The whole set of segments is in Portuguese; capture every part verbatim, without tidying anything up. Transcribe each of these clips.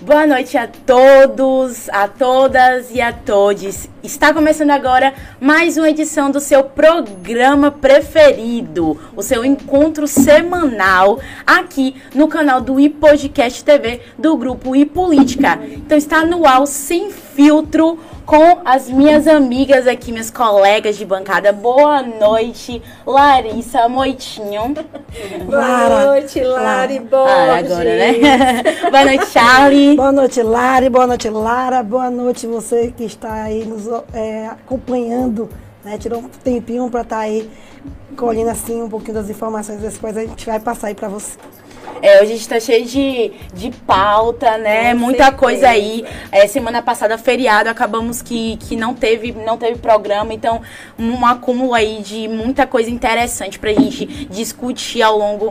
Boa noite a todos, a todas e a todes. Está começando agora mais uma edição do seu programa preferido, o seu encontro semanal aqui no canal do iPodcast T V do grupo iPolítica. Então está no ar Sem Filtro com as minhas amigas aqui, minhas colegas de bancada. Boa noite, Larissa Moitinho. Boa noite, Lari Borges. Ah, agora, né? Boa noite, Charlie. Boa noite, Lari. Boa noite, Lara. Boa noite, você que está aí nos é, acompanhando, né? Tirou um tempinho para estar aí colhendo assim um pouquinho das informações, das coisas a gente vai passar aí para você. É, hoje a gente tá cheio de, de pauta, né? Com Muita certeza. coisa aí. É, semana passada, feriado, acabamos que, que não, teve, não teve programa. Então, um acúmulo aí de muita coisa interessante pra gente discutir ao longo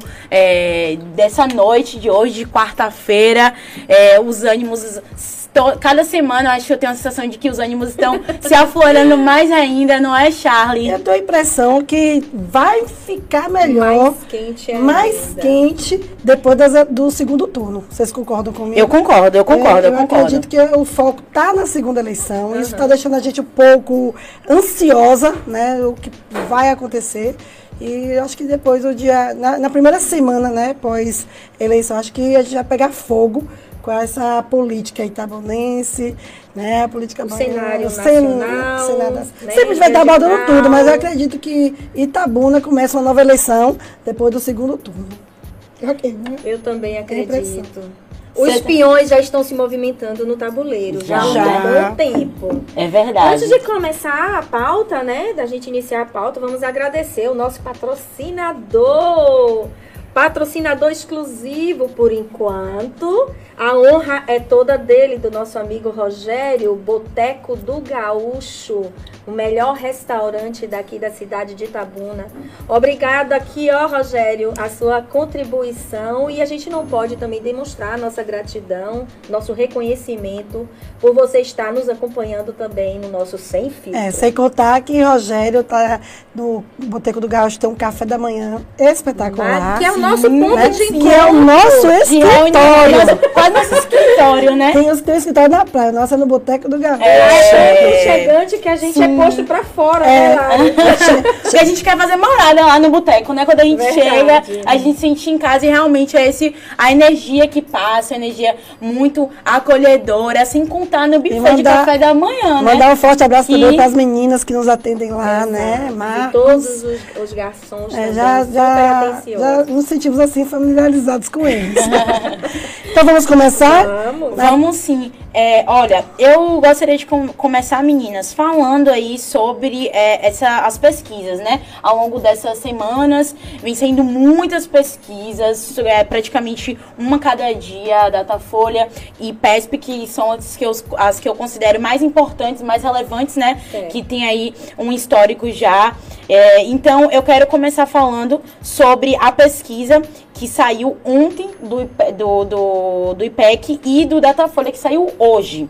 é, dessa noite de hoje, de quarta-feira. É, os ânimos... Cada semana eu acho que eu tenho a sensação de que os ânimos estão se aflorando mais ainda, não é, Charlie? Eu tenho a impressão que vai ficar melhor, mais quente ainda. mais quente depois das, do segundo turno. Vocês concordam comigo? Eu concordo, eu concordo, eu, eu, eu concordo. acredito que o foco está na segunda eleição. Uhum. Isso está deixando a gente um pouco ansiosa, né? O que vai acontecer. E eu acho que depois, o dia, na, na primeira semana, né, pós eleição, acho que a gente vai pegar fogo com essa política itabunense, né, a política o baiana, cenário o cen, nacional, cenário, né, sempre vai estar abordando tudo, mas eu acredito que Itabuna começa uma nova eleição depois do segundo turno. Okay, né? Eu também acredito. Os Os peões já estão se movimentando no tabuleiro, já, já. há um bom tempo. É verdade. Antes de começar a pauta, né, da gente iniciar a pauta, vamos agradecer o nosso patrocinador. Patrocinador exclusivo por enquanto. A honra é toda dele, do nosso amigo Rogério, Boteco do Gaúcho, o melhor restaurante daqui da cidade de Itabuna. Obrigado aqui, ó, Rogério, a sua contribuição. E a gente não pode também demonstrar nossa gratidão, nosso reconhecimento por você estar nos acompanhando também no nosso Sem Filtro. É, sem contar que Rogério tá no Boteco do Gaúcho, tem um café da manhã espetacular. Ah, que é o nosso ponto né? de encontro. Que é o nosso escritório. Quase nosso escritório, né? Tem, tem o escritório na praia, nossa é no Boteco do Gaúcho. É, é chegante que a gente Sim. é posto pra fora, É. né, Lari? E a gente quer fazer morada lá no boteco, né? Quando a gente Verdade. chega, a gente sente em casa e realmente é esse, a energia que passa, a energia muito acolhedora, sem contar no buffet mandar, de café da manhã, né? Mandar um forte abraço E... também para as meninas que nos atendem lá, Exato. né? E todos os, os garçons é, também, já, super já, atenciosos. já nos sentimos assim familiarizados com eles. Então vamos começar? Vamos. Vamos sim. É, olha, eu gostaria de com começar, meninas, falando aí sobre é, essa, as pesquisas, né? Ao longo dessas semanas, vem sendo muitas pesquisas, é, praticamente uma cada dia, Datafolha e PESP, que são as que, eu, as que eu considero mais importantes, mais relevantes, né? É. Que tem aí um histórico já. É, então, eu quero começar falando sobre a pesquisa que saiu ontem do, do, do, do I P E C e do Datafolha, que saiu hoje.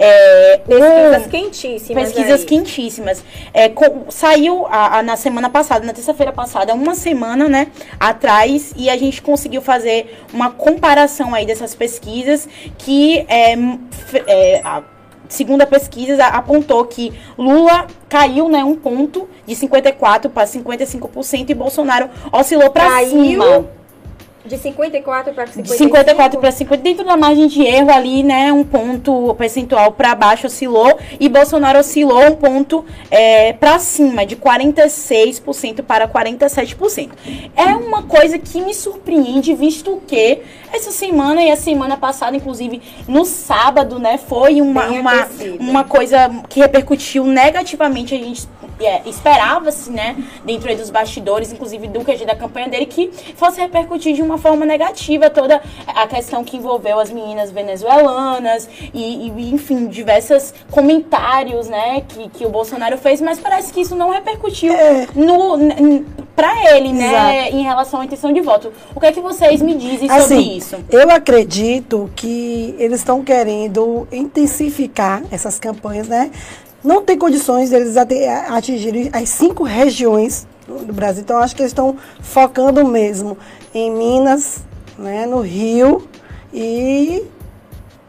É, Pesquisas um, quentíssimas. Pesquisas aí. quentíssimas. É, com, saiu a, a, na semana passada, na terça-feira passada, uma semana, né, atrás, e a gente conseguiu fazer uma comparação aí dessas pesquisas que é, é a, segundo a pesquisa, apontou que Lula caiu, né, um ponto de cinquenta e quatro por cento para cinquenta e cinco por cento e Bolsonaro oscilou para cima. De cinquenta e quatro para cinquenta e cinco? De cinquenta e quatro para cinquenta, dentro da margem de erro ali, né, um ponto percentual para baixo oscilou, e Bolsonaro oscilou um ponto é, para cima, de quarenta e seis por cento para quarenta e sete por cento. É uma coisa que me surpreende, visto que essa semana e a semana passada, inclusive no sábado, né, foi uma, uma, uma coisa que repercutiu negativamente. A gente é, esperava-se, né, dentro aí dos bastidores, inclusive do Q G da campanha dele, que fosse repercutir de uma forma negativa toda a questão que envolveu as meninas venezuelanas e, e enfim, diversos comentários, né, que, que o Bolsonaro fez, mas parece que isso não repercutiu é. no, para ele, né, Exato. Em relação à intenção de voto. O que é que vocês me dizem assim, sobre isso? Eu acredito que eles estão querendo intensificar essas campanhas, né? Não tem condições deles atingirem as cinco regiões do Brasil. Então, acho que eles estão focando mesmo em Minas, né, no Rio e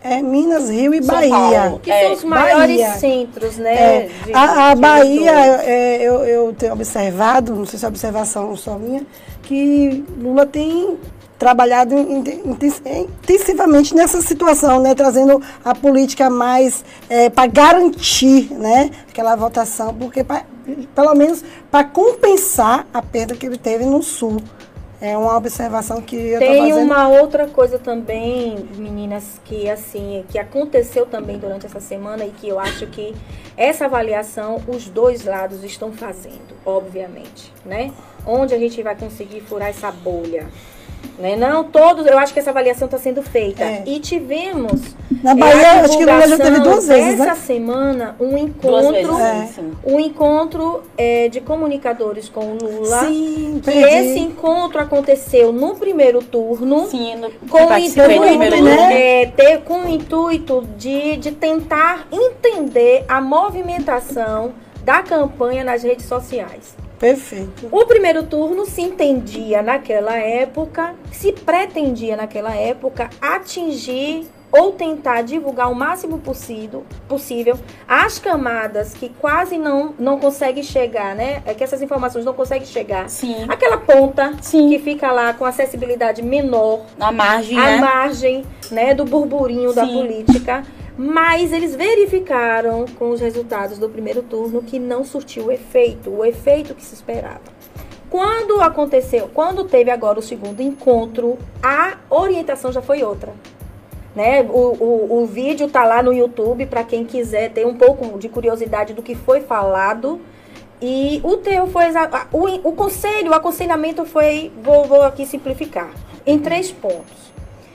é Minas, Rio e São Bahia. Paulo. Que É, são os maiores Bahia. centros, né? É, de- a, a de Bahia, eleitores. é, eu, eu tenho observado, não sei se é observação só minha, que Lula tem trabalhado in- intensi- intensivamente nessa situação, né, trazendo a política mais é, para garantir, né, aquela votação, porque pra, pelo menos para compensar a perda que ele teve no Sul. É uma observação que eu estou Tem fazendo. uma outra coisa também, meninas, que assim, que aconteceu também durante essa semana e que eu acho que essa avaliação os dois lados estão fazendo, obviamente, né? Onde a gente vai conseguir furar essa bolha, né? Não todos, eu acho que essa avaliação está sendo feita. É. E tivemos Na é, Bahia, a acho que Lula já teve divulgação duas vezes, essa né? semana um Duas encontro, vezes, É. sim. um encontro é, de comunicadores com o Lula. Sim, Que perdi. esse encontro aconteceu no primeiro turno. Sim, no, Com o, participei do intuito, primeiro né? turno. é, ter, com o intuito de, de tentar entender a movimentação da campanha nas redes sociais. Perfeito. O primeiro turno se entendia naquela época, se pretendia naquela época atingir ou tentar divulgar o máximo possível, possível as camadas que quase não, não conseguem chegar, né? É que essas informações não conseguem chegar. Sim. Aquela ponta Sim. que fica lá com acessibilidade menor, Na margem, à né? margem, né, do burburinho da Sim. política, mas eles verificaram com os resultados do primeiro turno que não surtiu o efeito, o efeito que se esperava. Quando aconteceu, quando teve agora o segundo encontro, a orientação já foi outra. Né? O, o, o vídeo tá lá no YouTube para quem quiser ter um pouco de curiosidade do que foi falado. E o teu foi exa- o, o conselho, o aconselhamento foi, vou, vou aqui simplificar, em três pontos.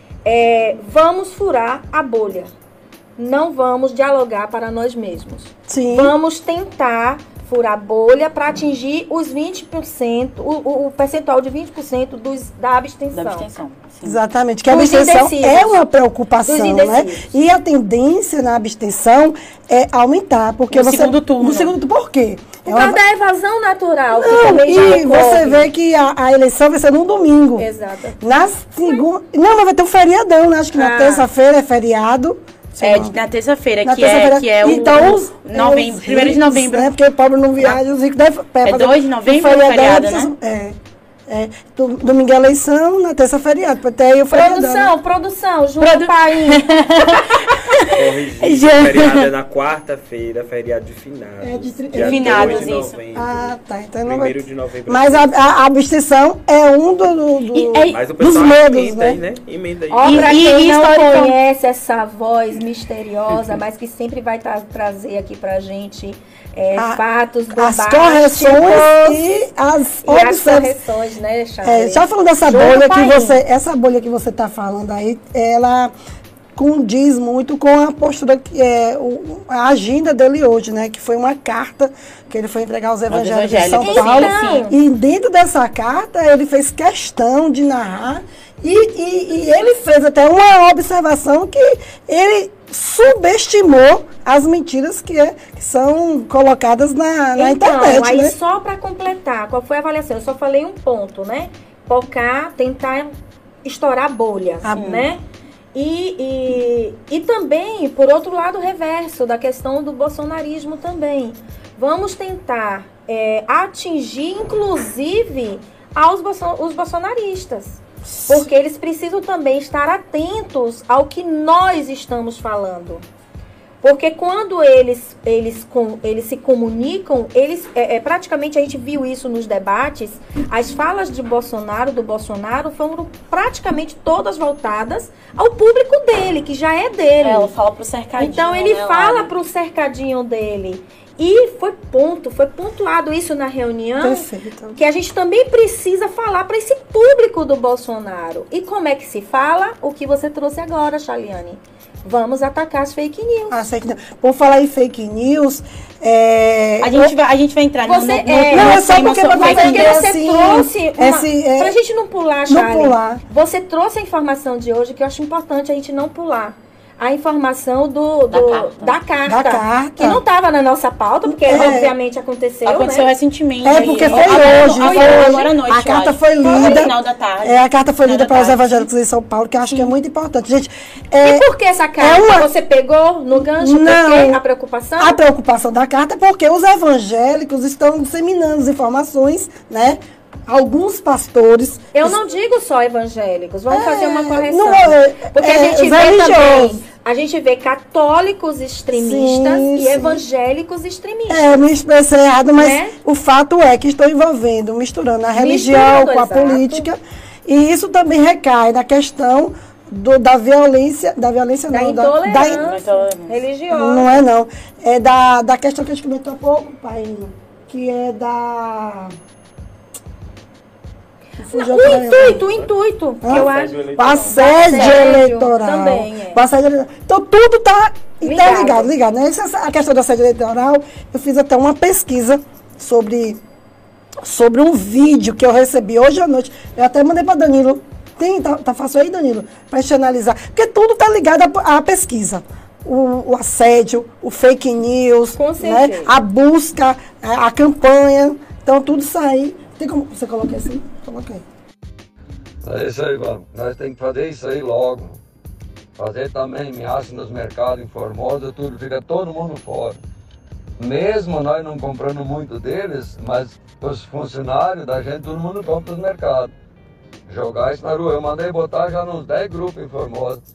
É, vamos furar a bolha. Não vamos dialogar para nós mesmos. Sim. Vamos tentar furar a bolha para atingir os vinte por cento, o, o, o percentual de vinte por cento dos, da abstenção. Da abstenção. Sim. Exatamente, que a Dos abstenção indecisos. é uma preocupação, Dos né? indecisos. E a tendência na abstenção é aumentar, porque No você... segundo turno. No segundo turno, por quê? Por É uma- causa da evasão natural, que Não, também já e você ocorre. vê que a, a eleição vai ser no domingo. Exato. Na segunda... Não, mas vai ter um feriadão, né? Acho que na Ah. terça-feira é feriado. É, de- na terça-feira, Na que, é, terça-feira. que é o Então, os, novembro, os primeiro de ricos, novembro. Né? Porque o pobre não viaja, os ricos devem É fazer dois de novembro, um feriado, precisa- É. É. Do- Domingo é eleição, na terça é feriado. Pra ter aí o feriadão. Produção, produção, junto Produ- o país. Corrigir. Já- Feriado é na quarta-feira, feriado de finados. É de tri- Dia finados, dois de isso. novembro. Ah, tá. Então não vai... Primeiro de novembro. Mas a, a, a abstenção é um do, do, do- E- é- Mas o dos pessoal medos, emenda aí, né? né? Emenda aí. Ó, E- pra e- quem e não historicamente- conhece essa voz misteriosa, mas que sempre vai tra- trazer aqui pra gente é, A- fatos As bombásticos correções e as e as observações. correções, né, Charles? É, já falando dessa Junto bolha com que a você, essa bolha que você está falando aí, ela condiz muito com a postura que é o- a agenda dele hoje, né? Que foi uma carta que ele foi entregar aos evangélicos de São evangélicos, Paulo. sim, E dentro dessa carta ele fez questão de narrar e, e- e ele fez até uma observação que ele subestimou as mentiras que, é- que são colocadas na, na Então, internet, aí né? só para completar, qual foi a avaliação? Eu só falei um ponto, né? Focar, tentar estourar a bolha, Ah, né? E, e, e também, por outro lado, o reverso da questão do bolsonarismo também. Vamos tentar é, atingir, inclusive, aos bolso- os bolsonaristas. Porque eles precisam também estar atentos ao que nós estamos falando. Porque quando eles, eles, com, eles se comunicam, eles é, é, praticamente a gente viu isso nos debates, as falas de Bolsonaro, do Bolsonaro, foram praticamente todas voltadas ao público dele, que já é dele. É, ela fala pro cercadinho. Então ele né, fala lá. para o cercadinho dele. E foi ponto, foi pontuado isso na reunião, Perfeito. que a gente também precisa falar para esse público do Bolsonaro. E como é que se fala? O que você trouxe agora, Chaliane. Vamos atacar as fake news. Ah, fake news. Por falar em fake news, é, A gente, vai, a gente vai entrar no, Você- no, no, é, não, no é só tema porque sobre vai Mas é fake porque entender news. você assim, trouxe, uma, esse, é, pra gente não pular, não Charlie, pular. você trouxe a informação de hoje que eu acho importante a gente não pular. a informação do, do- Da carta. da, carta, Da carta. que não estava na nossa pauta, porque É. obviamente aconteceu, Aconteceu né? recentemente. É aí, porque ó. foi Agora- hoje, agora- foi hoje. agora à noite, A eu carta acho. foi No lida. final da tarde. É, a carta foi Final lida da para os tarde. evangélicos em São Paulo, que eu acho que é muito importante. Gente, é, E por que essa carta? é uma- Você pegou no gancho? Não. Porque a preocupação? a preocupação da carta é porque os evangélicos estão disseminando as informações, né? Alguns pastores. Eu não digo só evangélicos, vamos É, fazer uma correção. não é- Porque é, a gente os vê religiosos. também, a gente vê católicos extremistas Sim, e sim. evangélicos extremistas. É, eu me expressei errado, mas Né? o fato é que estou envolvendo, misturando a religião Misturando, com a exato. política, e isso também recai na questão do- da violência, da violência Da não, da, intolerância da, Intolerância. religiosa. não é não, é da, da questão que a gente comentou há pouco, pai, que é da... Fugiu O agora, intuito, o intuito, que Hã? eu Assédio acho. O assédio Assédio eleitoral. também, é. O assédio eleitoral. Então, tudo está Ligado. ligado, ligado, né? Essa, a questão do assédio eleitoral, eu fiz até uma pesquisa sobre, sobre um vídeo que eu recebi hoje à noite. Eu até mandei para Danilo. Tem, tá, tá fácil aí, Danilo? Para gente analisar. Porque tudo está ligado à, à pesquisa. O, o assédio, o fake news, Com né? certeza. A busca, a, a campanha. Então, tudo isso aí. Tem como você colocar assim? Coloquei. É isso aí, vamos. Nós temos que fazer isso aí logo. Fazer também ameaça nos mercados informosos, tudo, fica todo mundo fora. Mesmo nós não comprando muito deles, mas os funcionários da gente, todo mundo compra nos mercados. Jogar isso na rua. Eu mandei botar já nos dez grupos informosos.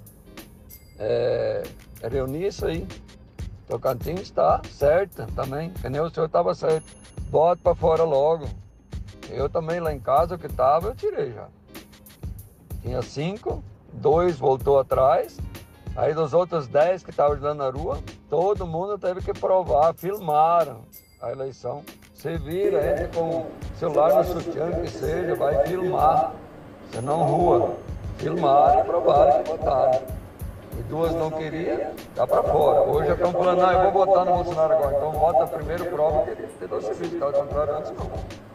É, reunir isso aí. Tocantins está certo também, que nem o senhor estava certo. Bota para fora logo. Eu também lá em casa, o que estava, eu tirei já. Tinha cinco, dois voltou atrás, aí dos outros dez que estavam lá na rua, todo mundo teve que provar, filmaram a eleição. Você vira, entra com o celular no sutiã que seja, vai filmar, senão rua. Filmaram e provaram que votaram. E duas não queriam, tá para fora. Hoje já estão falando, ah, eu vou votar no Bolsonaro agora, então vota primeiro, prova que ele tem dois serviços, tá? Ao contrário, antes não.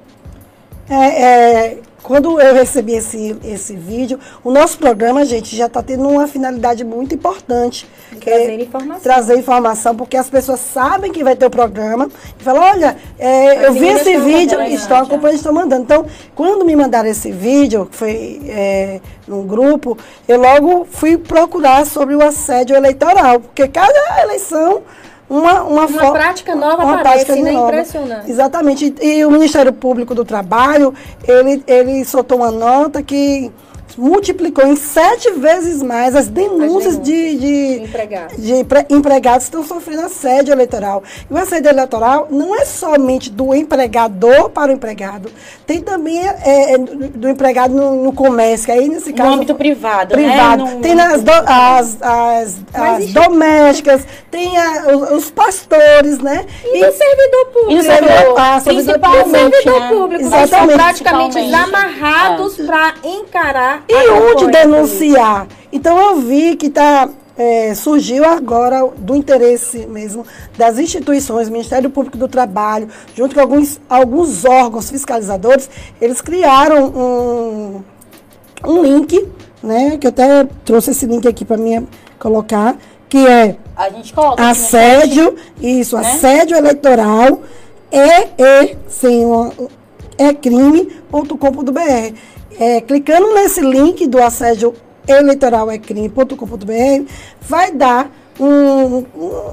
É, é, quando eu recebi esse, esse vídeo, o nosso programa, gente, já está tendo uma finalidade muito importante. que é trazer informação. Trazer informação, porque as pessoas sabem que vai ter o programa e falam, olha, é, eu vi meninas esse estão vídeo, acompanhando estão já. acompanhando, estão mandando. Então, quando me mandaram esse vídeo, que foi é, num grupo, eu logo fui procurar sobre o assédio eleitoral, porque cada eleição... Uma, uma, Uma fo- prática nova uma aparece, prática né? nova. Impressionante. Exatamente. E, e o Ministério Público do Trabalho, ele, ele soltou uma nota que multiplicou em sete vezes mais as denúncias, denúncias de, de, de empregados. de pre- empregados que estão sofrendo assédio eleitoral. E o assédio eleitoral não é somente do empregador para o empregado, tem também é, é, do, do empregado no, no comércio, que aí nesse No caso... âmbito privado, privado. né? No Tem nas do- as, as, Mas as isso- domésticas, tem a- os, os pastores, né? E do servidor público. E no servidor, Ah, servidor O principalmente, servidor né? público, eles Exatamente. são praticamente Principalmente. amarrados para encarar E a onde campanha denunciar? Então eu vi que tá, é, surgiu agora do interesse mesmo das instituições, Ministério Público do Trabalho, junto com alguns, alguns órgãos fiscalizadores, eles criaram um, um link, né? Que eu até trouxe esse link aqui para mim colocar, que é A gente coloca aqui no assédio, isso, né? assédio eleitoral, é, é, sem uma, é crime ponto com ponto br. É, clicando nesse link do assédio eleitoral é crime ponto com ponto br, vai dar um,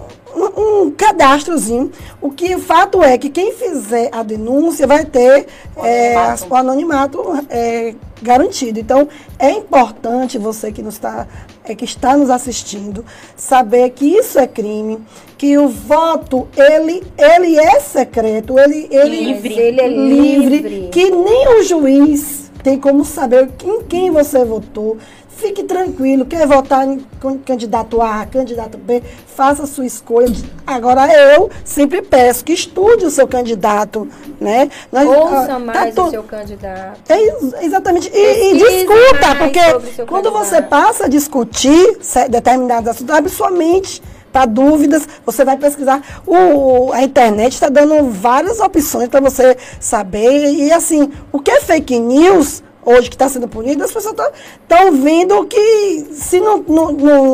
um, um cadastrozinho. O que o fato é que quem fizer a denúncia vai ter O é, anonimato. o anonimato é, garantido. Então, é importante você que, nos tá, é, que está nos assistindo saber que isso é crime, que o voto, ele, ele é secreto, ele, ele, Livre. Ele é livre. que nem o juiz tem como saber em quem você votou. Fique tranquilo, quer votar em candidato A, candidato B, faça a sua escolha. Agora, eu sempre peço que estude o seu candidato, né? Nós, Ouça ah, mais tá o to- seu candidato. é ex- exatamente. E, e Pesquise discuta, mais sobre porque seu quando candidato. você passa a discutir se- determinados assuntos, abre sua mente para dúvidas, você vai pesquisar. O, a internet está dando várias opções para você saber. E assim, o que é fake news, hoje que está sendo punido, as pessoas estão vendo que se não, não, não,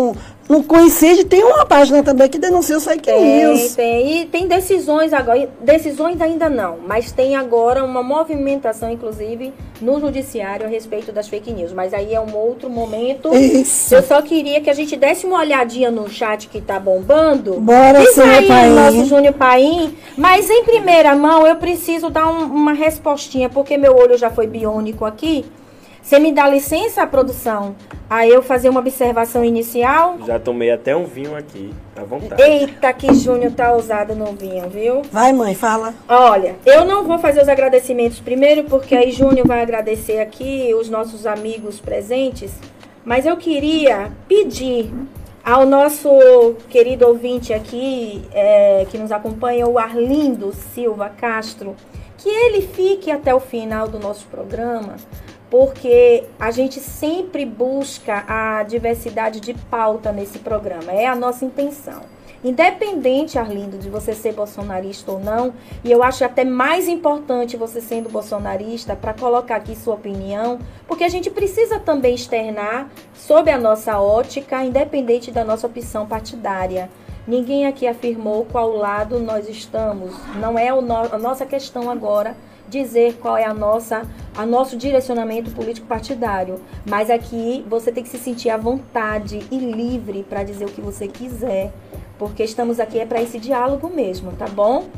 não coincide, tem uma página também que denuncia os fake Tem, news. tem. E tem decisões agora, decisões ainda não, mas tem agora uma movimentação, inclusive, no judiciário a respeito das fake news. Mas aí é um outro momento. Isso. Eu só queria que a gente desse uma olhadinha no chat que tá bombando. Bora, Diz Júnior aí, Paim. nosso Júnior Paim. Mas em primeira mão eu preciso dar um- uma respostinha, porque meu olho já foi biônico aqui. Você me dá licença, produção, a eu fazer uma observação inicial? Já tomei até um vinho aqui, à vontade. Eita, que Júnior tá ousado no vinho, viu? Vai, mãe, fala. Olha, eu não vou fazer os agradecimentos primeiro, porque aí Júnior vai agradecer aqui os nossos amigos presentes, mas eu queria pedir ao nosso querido ouvinte aqui, é, que nos acompanha, o Arlindo Silva Castro, que ele fique até o final do nosso programa, porque a gente sempre busca a diversidade de pauta nesse programa, é a nossa intenção. Independente, Arlindo, de você ser bolsonarista ou não, e eu acho até mais importante você sendo bolsonarista para colocar aqui sua opinião, porque a gente precisa também externar sob a nossa ótica, independente da nossa opção partidária. Ninguém aqui afirmou qual lado nós estamos, não é o no- a nossa questão agora dizer qual é a nossa, a nosso direcionamento político partidário, mas aqui você tem que se sentir à vontade e livre para dizer o que você quiser, porque estamos aqui é para esse diálogo mesmo, tá bom?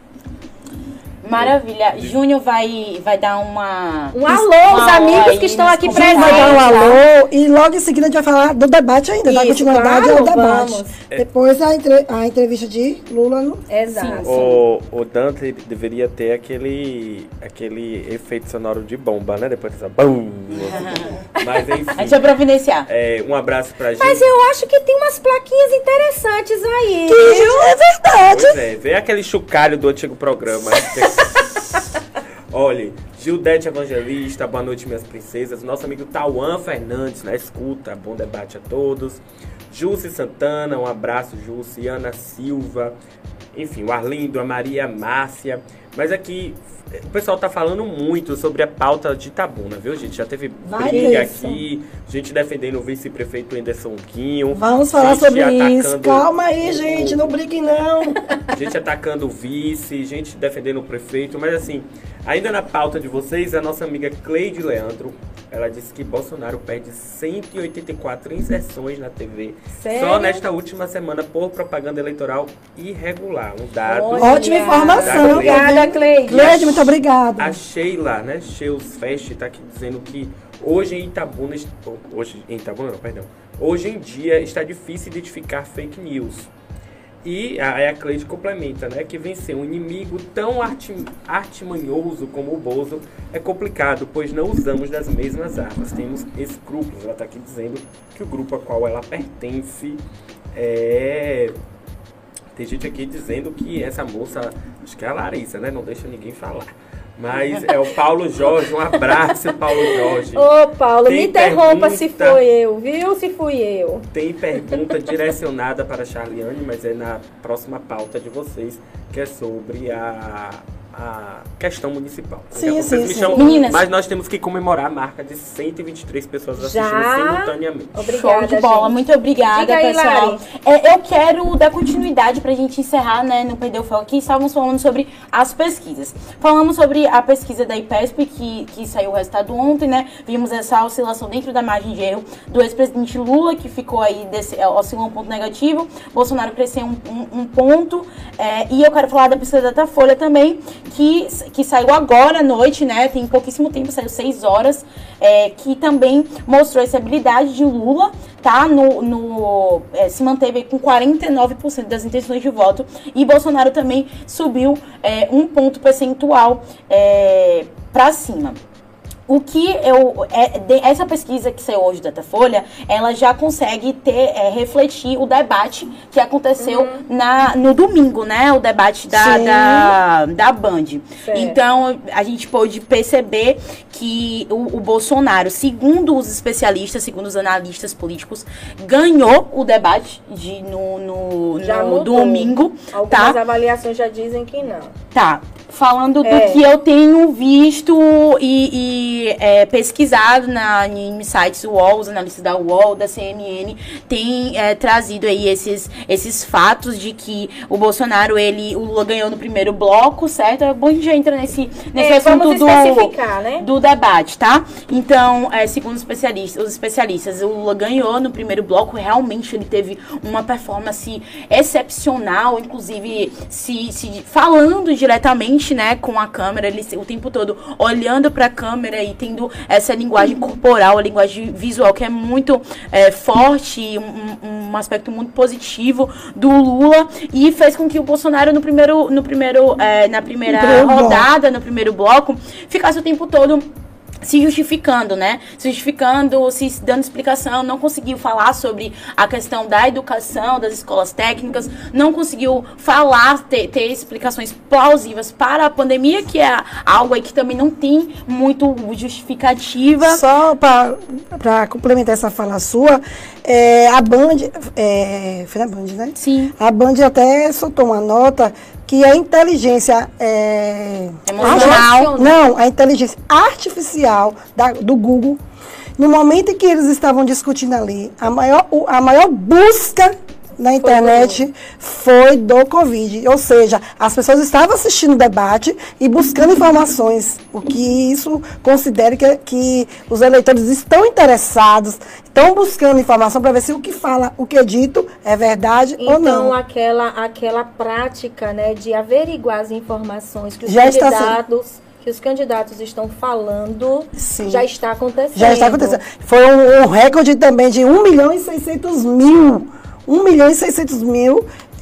Maravilha. Júnior vai, vai dar uma... Um alô aos uma amigos aí que estão nos aqui Vai dar um comentários, tá? alô e logo em seguida a gente vai falar do debate ainda, da Isso, continuidade claro, ao debate. vamos. Depois a, entre- a entrevista de Lula no... Exato. O, o Dante deveria ter aquele, aquele efeito sonoro de bomba, né? Depois dessa BUM! Mas A gente vai enfim, providenciar. é, um abraço pra gente. Mas eu acho que tem umas plaquinhas interessantes aí. É verdade. Pois é, vem aquele chocalho do antigo programa. Olha, Gildete Evangelista, boa noite, minhas princesas. Nosso amigo Tauan Fernandes, na escuta, bom debate a todos. Jússi Santana, um abraço, Jússi. Ana Silva, enfim, o Arlindo, a Maria Márcia. Mas aqui, o pessoal tá falando muito sobre a pauta de Itabuna, viu, gente? Já teve Vai, briga isso. aqui, gente defendendo o vice-prefeito Anderson Quinho. Vamos falar gente sobre atacando isso. Calma aí, o- gente, não briguem não. gente atacando o vice, gente defendendo o prefeito, mas assim, ainda na pauta de vocês, a nossa amiga Cleide Leandro, ela disse que Bolsonaro perde cento e oitenta e quatro inserções na T V Sério? só nesta última semana por propaganda eleitoral irregular. Um dado. Olha. Ótima informação. Obrigada, Cleide. Cleide, muito obrigada. A Sheila, né, Sheus Fest, tá aqui dizendo que hoje em Itabuna, hoje em Itabuna não, perdão, hoje em dia está difícil identificar fake news. E a, a Cleide complementa, né, que vencer um inimigo tão artim, artimanhoso como o Bozo é complicado, pois não usamos das mesmas armas, temos escrúpulos. Ela está aqui dizendo que o grupo a qual ela pertence é... Tem gente aqui dizendo que essa moça, acho que é a Larissa, né, não deixa ninguém falar. Mas é o Paulo Jorge, um abraço, Paulo Jorge. Ô, Paulo, Tem me interrompa se pergunta? foi eu, viu? Se fui eu. Tem pergunta direcionada para a Charliane, mas é na próxima pauta de vocês, que é sobre a, a questão municipal. Sim, Daqui a pouco sim, vocês me sim. chamam, Meninas. mas nós temos que comemorar a marca de cento e vinte e três pessoas assistindo Já? simultaneamente. Obrigada, Show de bola, gente. muito obrigada, Diga aí, pessoal. Lari. É, eu quero dar continuidade pra gente encerrar, né, no Perdeu o Foco aqui. Estávamos falando sobre as pesquisas. Falamos sobre a pesquisa da IPESP, que, que saiu o resultado ontem, né? Vimos essa oscilação dentro da margem de erro do ex-presidente Lula, que ficou aí, desse, é, oscilou um ponto negativo. Bolsonaro cresceu um, um, um ponto. É, e eu quero falar da pesquisa da Datafolha também, que, que saiu agora à noite, né? Tem pouquíssimo tempo, saiu seis horas, é, que também mostrou essa habilidade de Lula, tá? No, no, é, se manteve com quarenta e nove por cento das intenções de voto, e Bolsonaro também subiu é, um ponto percentual é, para cima. O que eu. É, de, essa pesquisa que saiu hoje da Datafolha, ela já consegue ter, é, refletir o debate que aconteceu Uhum. na, no domingo, né? O debate da, Sim. da, da Band. Certo. Então, a gente pôde perceber que o, o Bolsonaro, segundo os especialistas, segundo os analistas políticos, ganhou o debate de, no, no, Já no mudou. domingo. Algumas Tá? avaliações já dizem que não. Tá. falando do É. que eu tenho visto e, e, é, pesquisado na, em sites U O L, os analistas da U O L, da C N N, tem é, trazido aí esses, esses fatos de que o Bolsonaro, ele, o Lula ganhou no primeiro bloco, certo? É bom a gente já entra nesse, nesse É, assunto vamos do, especificar, né? do debate, tá? Então, é, segundo os especialistas, os especialistas, o Lula ganhou no primeiro bloco, realmente ele teve uma performance excepcional, inclusive se, se falando diretamente, né, com a câmera, ele o tempo todo olhando para a câmera e tendo essa linguagem corporal, a linguagem visual que é muito é, forte, um, um aspecto muito positivo do Lula, e fez com que o Bolsonaro no primeiro, no primeiro, é, na primeira Primeiro rodada, no primeiro bloco, ficasse o tempo todo se justificando, né? Se justificando, se dando explicação, não conseguiu falar sobre a questão da educação, das escolas técnicas, não conseguiu falar, ter, ter explicações plausíveis para a pandemia, que é algo aí que também não tem muito justificativa. Só para complementar essa fala sua, é, a Band, é, foi na Band, né? Sim. A Band até soltou uma nota que a inteligência é, Emocional. não, a inteligência artificial da, do Google, no momento em que eles estavam discutindo ali, a maior, o- a maior busca na internet foi do Covid. Ou seja, as pessoas estavam assistindo o debate e buscando informações. O que isso considera que, que os eleitores estão interessados, estão buscando informação para ver se o que fala, o que é dito é verdade ou Então, não. aquela, aquela prática, né, de averiguar as informações que os Já está candidatos, que os candidatos estão falando, Sim. já está acontecendo. Já está acontecendo. Foi um, um recorde também de um milhão e seiscentos mil. um milhão e seiscentos mil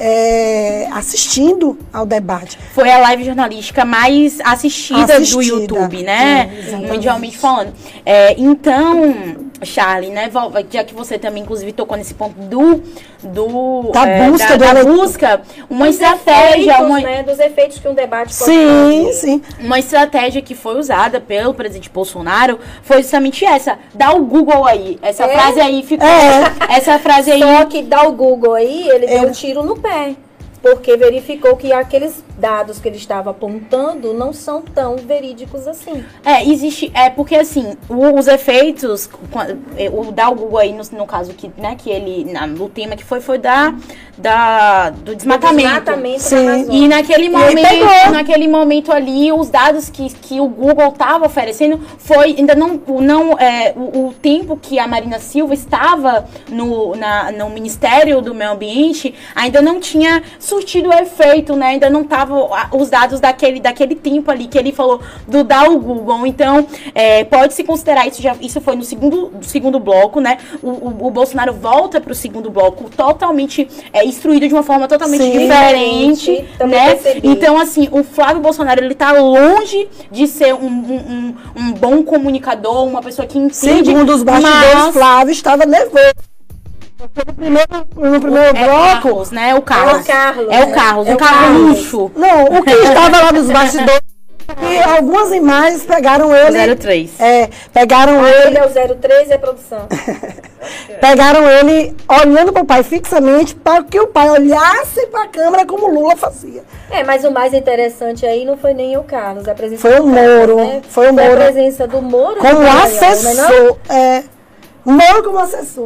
é, assistindo ao debate. Foi a live jornalística mais assistida, Assistida. do YouTube, né? É, exatamente. Mundialmente falando. É, então, Charlie, né? vol- Já que você também, inclusive, tocou nesse ponto do... do Da é, busca da, do da eleitor. busca, uma Dos estratégia, efeitos, uma, né, dos efeitos que um debate pode Sim, trazer. sim. uma estratégia que foi usada pelo presidente Bolsonaro foi justamente essa. Dá o Google aí. Essa É? frase aí ficou... É. Essa frase aí... Só que dá o Google aí, ele deu É. um tiro no pé. Porque verificou que aqueles dados que ele estava apontando não são tão verídicos assim. É, existe, é porque assim, o- os efeitos, qua- é, o da Google aí, no, no caso que, né, que ele, na, o tema que foi, foi da, da, do desmatamento. Desmatamento Sim. na Amazônia. E naquele aí momento, pegou. naquele momento ali, os dados que, que o Google estava oferecendo foi, ainda não, o- não é, o, o tempo que a Marina Silva estava no, na, no Ministério do Meio Ambiente, ainda não tinha surtido efeito, né? Ainda não estavam os dados daquele, daquele tempo ali que ele falou do da o Google. Então, é, pode-se considerar isso, já, isso foi no segundo, segundo bloco, né? O, o, o Bolsonaro volta para o segundo bloco totalmente é, instruído de uma forma totalmente Sim. diferente, Também né? percebi. Então, assim, o Flávio Bolsonaro, ele tá longe de ser um, um, um, um bom comunicador, uma pessoa que entende. Segundo os bastidores, mas- Flávio estava nervoso. Porque No primeiro, no primeiro é bloco, Carlos, né? O Carlos. É o Carlos, É o né? Carlos, É um o carro Carlos. luxo. não, o que estava lá nos bastidores, e algumas imagens pegaram ele. zero três. É, pegaram Ele ele, é o zero três, é produção. pegaram ele olhando para o pai fixamente para que o pai olhasse para a câmera como o Lula fazia. É, mas o mais interessante aí não foi nem o Carlos, a presença Foi do o Carlos, Moro, né? foi o Moro. a presença do Moro. Como no Maranhão, né, não? assessor. É, Moro como assessor.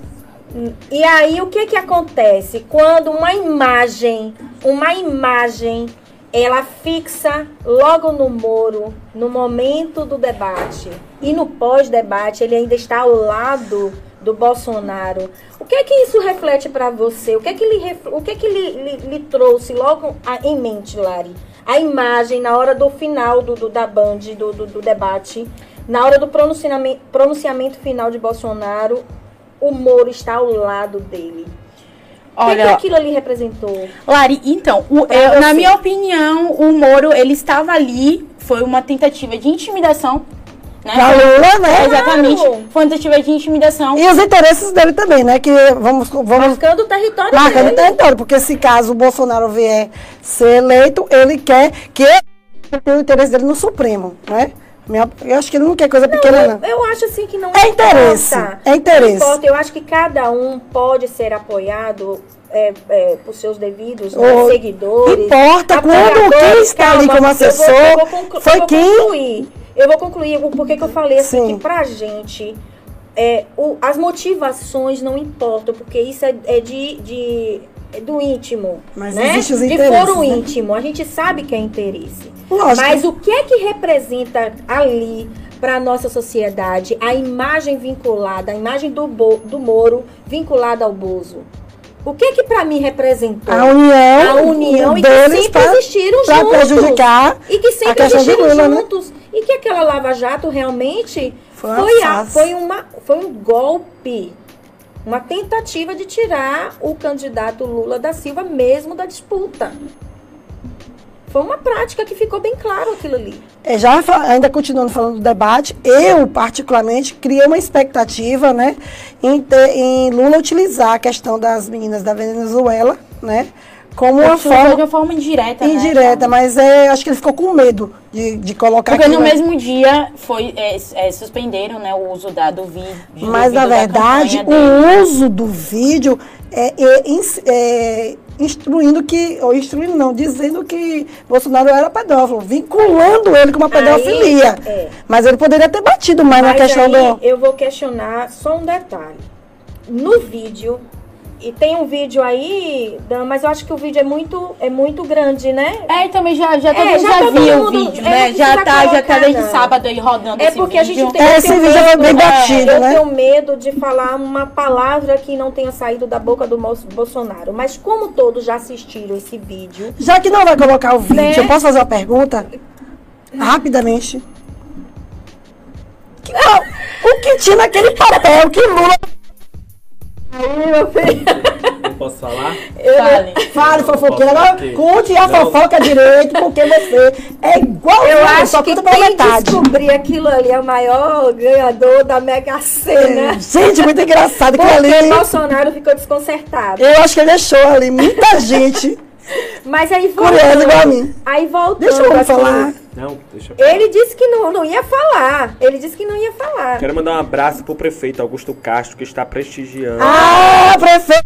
E aí, o que que acontece? Quando uma imagem, uma imagem, ela fixa logo no Moro, no momento do debate, e no pós-debate, ele ainda está ao lado do Bolsonaro. O que é que isso reflete para você? O que é que, lhe, ref- o que, é que lhe, lhe, lhe trouxe logo a- em mente, Lari? A imagem, na hora do final do, do- da Band, do, do, do debate, na hora do pronunciamento, pronunciamento final de Bolsonaro, o Moro está ao lado dele. O que, que Olha, aquilo ali representou? Lari, então, o- Pra eu- na você. minha opinião, o Moro, ele estava ali, foi uma tentativa de intimidação, né? Pra Lula, né? Exatamente, Claro. foi uma tentativa de intimidação. E os interesses dele também, né? Que vamos, vamos Marcando o território marcando o dele. território, porque se caso o Bolsonaro vier ser eleito, ele quer que ele tenha o interesse dele no Supremo, né? Minha- Eu acho que ele não quer coisa pequena, não. Eu acho assim que não É interesse, importa. é interesse. Não importa. Eu acho que cada um pode ser apoiado é, é, por seus devidos Oh, né, seguidores. Importa quando apoiadores. quem está ali Calma, como eu assessor vou- eu vou conclu- foi eu vou quem... concluir. Eu vou concluir o porquê que eu falei assim, Sim. que pra gente, é, o, as motivações não importam, porque isso é, é de, de é do íntimo. Mas né? existe os de interesses, foro né? íntimo, a gente sabe que é interesse. Lógico. Mas o que é que representa ali para a nossa sociedade a imagem vinculada, a imagem do, Bo, do Moro vinculada ao Bozo? O que é que para mim representou? A união, A união e que deles sempre pra- existiram pra juntos. prejudicar E que a sempre questão de existiram Lula, né? juntos. E que aquela Lava Jato realmente Foi foi, uma a- farsa. foi, uma, foi um golpe. Uma tentativa de tirar o candidato Lula da Silva mesmo da disputa. Foi uma prática que ficou bem claro aquilo ali. É, já fa- ainda continuando falando do debate, eu particularmente criei uma expectativa, né, em, ter, em Lula utilizar a questão das meninas da Venezuela, né, como uma Uma forma, forma de uma forma indireta, indireta, né? mas é, acho que ele ficou com medo de, de colocar Porque no aquilo- mesmo dia foi, é, é, suspenderam, né, o uso da, do vídeo. do Mas, na vídeo da verdade, campanha dele. o uso do vídeo é, é, ins- é, instruindo que, ou instruindo não, dizendo que Bolsonaro era pedófilo, vinculando ele com uma pedofilia. Aí, é. Mas ele poderia ter batido mais na Mas questão aí do... eu vou questionar só um detalhe. No vídeo, e tem um vídeo aí, Dan, mas eu acho que o vídeo é muito, é muito grande, né? É, e também já, já todo É, mundo já já, todo viu mundo- o vídeo, é, né? não Já precisa tá, já tá colocar, desde não. sábado aí rodando É esse porque a vídeo. gente tem Esse eu tenho vídeo já foi bem medo, batido, eu né? tenho medo de falar uma palavra que não tenha saído da boca do Mo- Bolsonaro. Mas como todos já assistiram esse vídeo, Já que não vai colocar o vídeo, Né? eu posso fazer uma pergunta? Rapidamente. Que- qual- o que tinha naquele papel que Lula... aí, meu filho, Não posso falar? Fale. Fale, fofoqueira. Agora Porque- conte a Não. fofoca direito, porque você é igual eu Lula, acho só que conta pela quem metade. descobrir aquilo ali é o maior ganhador da Mega Sena. É, gente, muito engraçado aquilo Porque ali. Bolsonaro ficou desconcertado. Eu acho que ele deixou ali muita gente Mas aí curiosa voltando, igual a mim. aí voltando Deixa eu aqui, falar. Não, deixa eu ele disse que não, não ia falar. Ele disse que não ia falar. Quero mandar um abraço pro prefeito Augusto Castro, que está prestigiando. Ah, prefeito.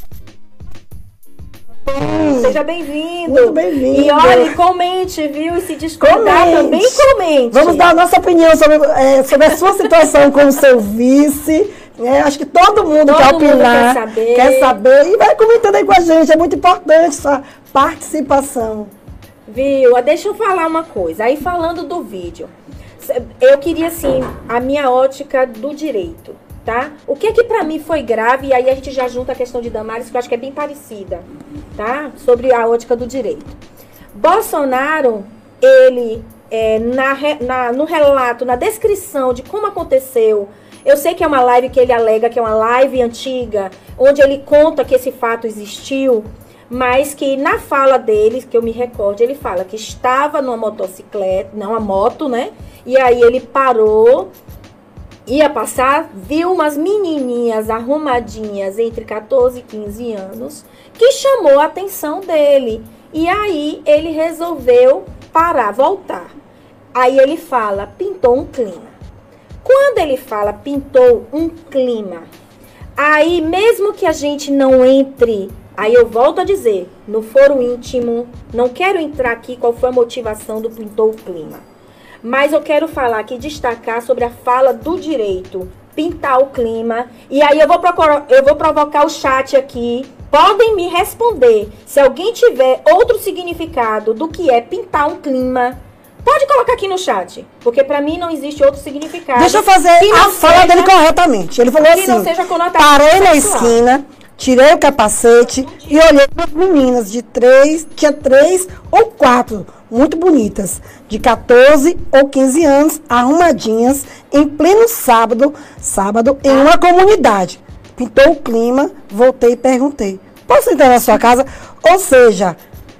Seja bem-vindo. Muito bem-vindo. E olha, comente, viu? E se discordar Comente. também, comente. Vamos dar a nossa opinião sobre, é, sobre a sua situação como seu vice. Né? Acho que todo mundo Todo quer mundo opinar, quer saber. quer saber. E vai comentando aí com a gente. É muito importante sua participação. Viu? Ah, deixa eu falar uma coisa. Aí falando do vídeo. Eu queria, assim, a minha ótica do direito, tá? O que é que pra mim foi grave, e aí a gente já junta a questão de Damares, que eu acho que é bem parecida, tá? Sobre a ótica do direito. Bolsonaro, ele, é, na, re- na, no relato, na descrição de como aconteceu, eu sei que é uma live que ele alega que é uma live antiga, onde ele conta que esse fato existiu, mas que na fala dele, que eu me recordo, ele fala que estava numa motocicleta, não, uma moto, né? E aí ele parou, ia passar, viu umas menininhas arrumadinhas entre catorze e quinze anos, que chamou a atenção dele. E aí ele resolveu parar, voltar. Aí ele fala, pintou um clima. Quando ele fala pintou um clima, aí mesmo que a gente não entre, aí eu volto a dizer, no foro íntimo, não quero entrar aqui qual foi a motivação do pintou o clima. Mas eu quero falar aqui, destacar sobre a fala do direito, pintar o clima. E aí eu vou, procurar, eu vou provocar o chat aqui. Podem me responder. Se alguém tiver outro significado do que é pintar um clima, pode colocar aqui no chat. Porque pra mim não existe outro significado. Deixa eu fazer que não a fala seja- dele corretamente. Ele falou que assim, não seja conotado parei na sexual. esquina, tirei o capacete e olhei para as meninas de três, tinha três ou quatro, muito bonitas, de catorze ou quinze anos, arrumadinhas, em pleno sábado, sábado, em uma comunidade. Pintou o clima, voltei e perguntei, posso entrar na sua casa? Ou seja,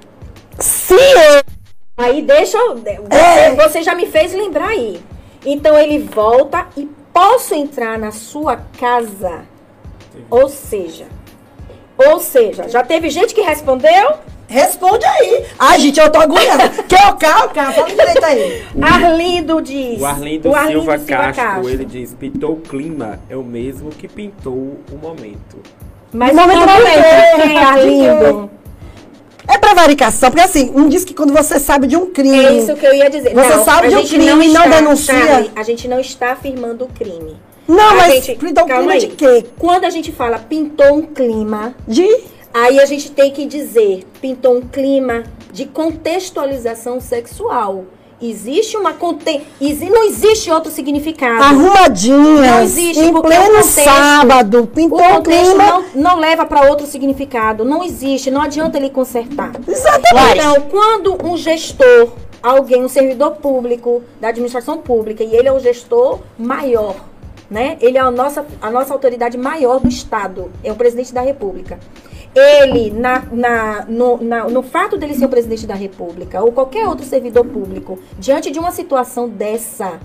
se eu... Aí deixa eu... Você, É. você já me fez lembrar aí. Então ele volta e posso entrar na sua casa? Ou seja... Ou seja, já teve gente que respondeu? Responde aí. Ai, gente, eu tô agoniada. Quer o carro? Fala direito aí. Arlindo diz. O Arlindo, o Arlindo Silva, Castro, ele diz, pintou o clima é o mesmo que pintou o momento. Mas no momento no de momento, quê? quem, Arlindo? É prevaricação, porque assim, um diz que quando você sabe de um crime... É isso que eu ia dizer. Você não, sabe a de um gente crime e não está, denuncia? Charlie, a gente não está afirmando o crime. Não, A mas gente, então calma crime aí. de quê? Quando a gente fala pintou um clima, De... aí a gente tem que dizer pintou um clima de contextualização sexual. Existe uma... Conte... exi- Não existe outro significado. Arrumadinhas, Não existe, em porque pleno o contexto- sábado, O pintou o contexto clima... não, não leva para outro significado. Não existe. Não adianta ele consertar. Exatamente. Então, quando um gestor, alguém, um servidor público da administração pública, e ele é o gestor maior, né? Ele é a nossa, a nossa autoridade maior do Estado, é o presidente da República. Ele, na, na, no, na, no fato dele ser o presidente da República, ou qualquer outro servidor público, diante de uma situação dessa,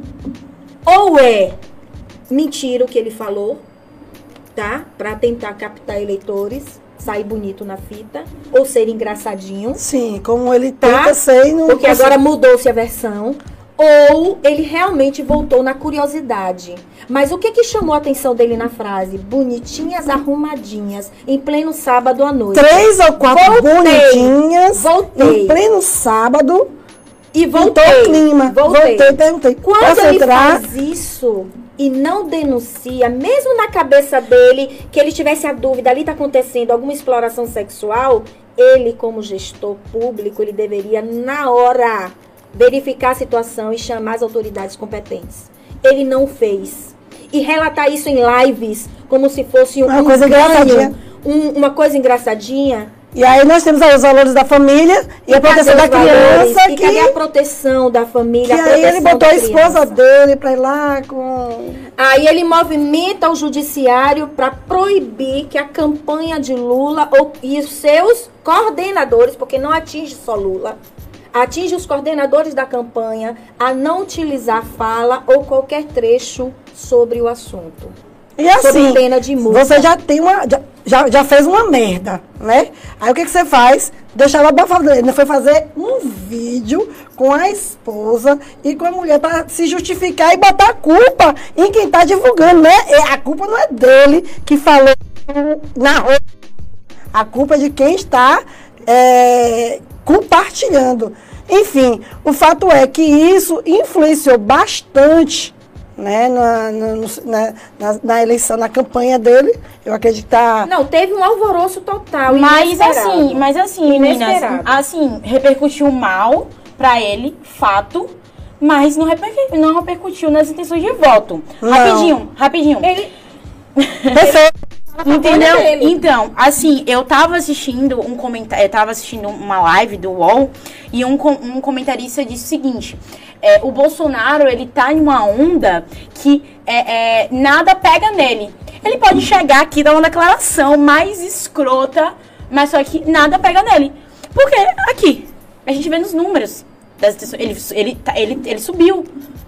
ou é mentira o que ele falou, tá? Para tentar captar eleitores, sair bonito na fita, ou ser engraçadinho, Sim, como ele tá? tenta ser e não... Porque agora mudou-se a versão. Ou ele realmente voltou na curiosidade. Mas o que que chamou a atenção dele na frase? Bonitinhas, arrumadinhas, em pleno sábado à noite. Três ou quatro Voltei, bonitinhas, voltei. em pleno sábado, E pintou voltei. o clima. Voltei. Voltei, perguntei, Quando posso ele entrar? faz isso e não denuncia, mesmo na cabeça dele, que ele tivesse a dúvida, ali está acontecendo alguma exploração sexual, ele, como gestor público, ele deveria, na hora, verificar a situação e chamar as autoridades competentes. Ele não fez. E relatar isso em lives, como se fosse um, Uma um coisa ganho, engraçadinha. um- uma coisa engraçadinha. E aí nós temos aí os valores da família e, a proteção cadê da os valores? criança, E que, cadê a proteção da que família, a aí ele proteção botou da a esposa criança? dele pra ir lá com... Aí ele movimenta o judiciário para proibir que a campanha de Lula ou, e os seus coordenadores, porque não atinge só Lula, atinge os coordenadores da campanha a não utilizar fala ou qualquer trecho sobre o assunto. E assim, Sob pena de multa. você já tem uma, já, já, já fez uma merda, né? Aí o que, que você faz? Deixa ela abafada. Ele foi fazer um vídeo com a esposa e com a mulher para se justificar e botar a culpa em quem tá divulgando, né? E a culpa não é dele que falou na rua. A culpa é de quem está é, compartilhando. Enfim, o fato é que isso influenciou bastante, né, na, na, no- na, na, na eleição, na campanha dele. Eu acredito que tá... Não, teve um alvoroço total. Mas inesperado. assim, mas assim, meninas, Inesperado. assim, repercutiu mal pra ele, fato, mas não repercutiu, não repercutiu nas intenções de voto. Não. Rapidinho, rapidinho. Ele, Perfeito. Entendeu? Olha ele. Então, assim, eu tava assistindo um comentário, eu tava assistindo uma live do U O L e um, com- um comentarista disse o seguinte: é, o Bolsonaro, ele tá em uma onda que é, é, nada pega nele. Ele pode chegar aqui e dar uma declaração mais escrota, mas só que nada pega nele. Porque aqui, a gente vê nos números, das, ele, ele, tá- ele, ele subiu.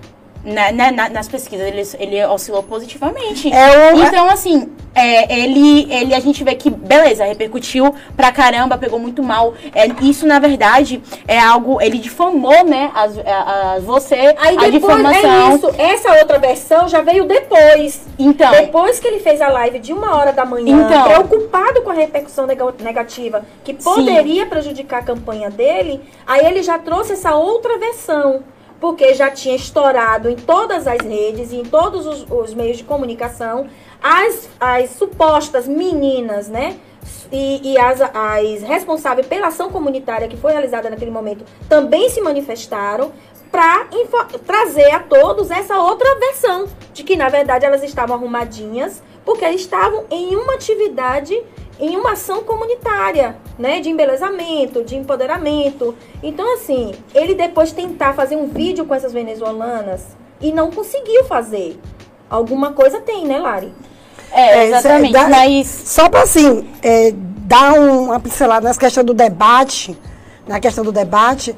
Na- na- na- nas pesquisas, ele, ele oscilou positivamente. É o- Então, assim, é, ele, ele, a gente vê que, beleza, repercutiu pra caramba, pegou muito mal. É, isso, na verdade, é algo... Ele difamou, né, as, a, a- você, Aí a depois, difamação. é isso. Essa outra versão já veio depois. Então, Depois que ele fez a live de uma hora da manhã, Então. preocupado com a repercussão nega- negativa, que poderia prejudicar a campanha dele, aí ele já trouxe essa outra versão. Porque já tinha estourado em todas as redes e em todos os, os meios de comunicação as, as supostas meninas, né? E, e as, as responsáveis pela ação comunitária que foi realizada naquele momento também se manifestaram para trazer a todos essa outra versão de que, na verdade, elas estavam arrumadinhas porque elas estavam em uma atividade, em uma ação comunitária, né, de embelezamento, de empoderamento. Então, assim, ele depois tentar fazer um vídeo com essas venezuelanas e não conseguiu fazer. Alguma coisa tem, né, Lari? é, É, exatamente, dá- mas... Só para assim, é, dar um- uma pincelada nessa questão do debate, na questão do debate,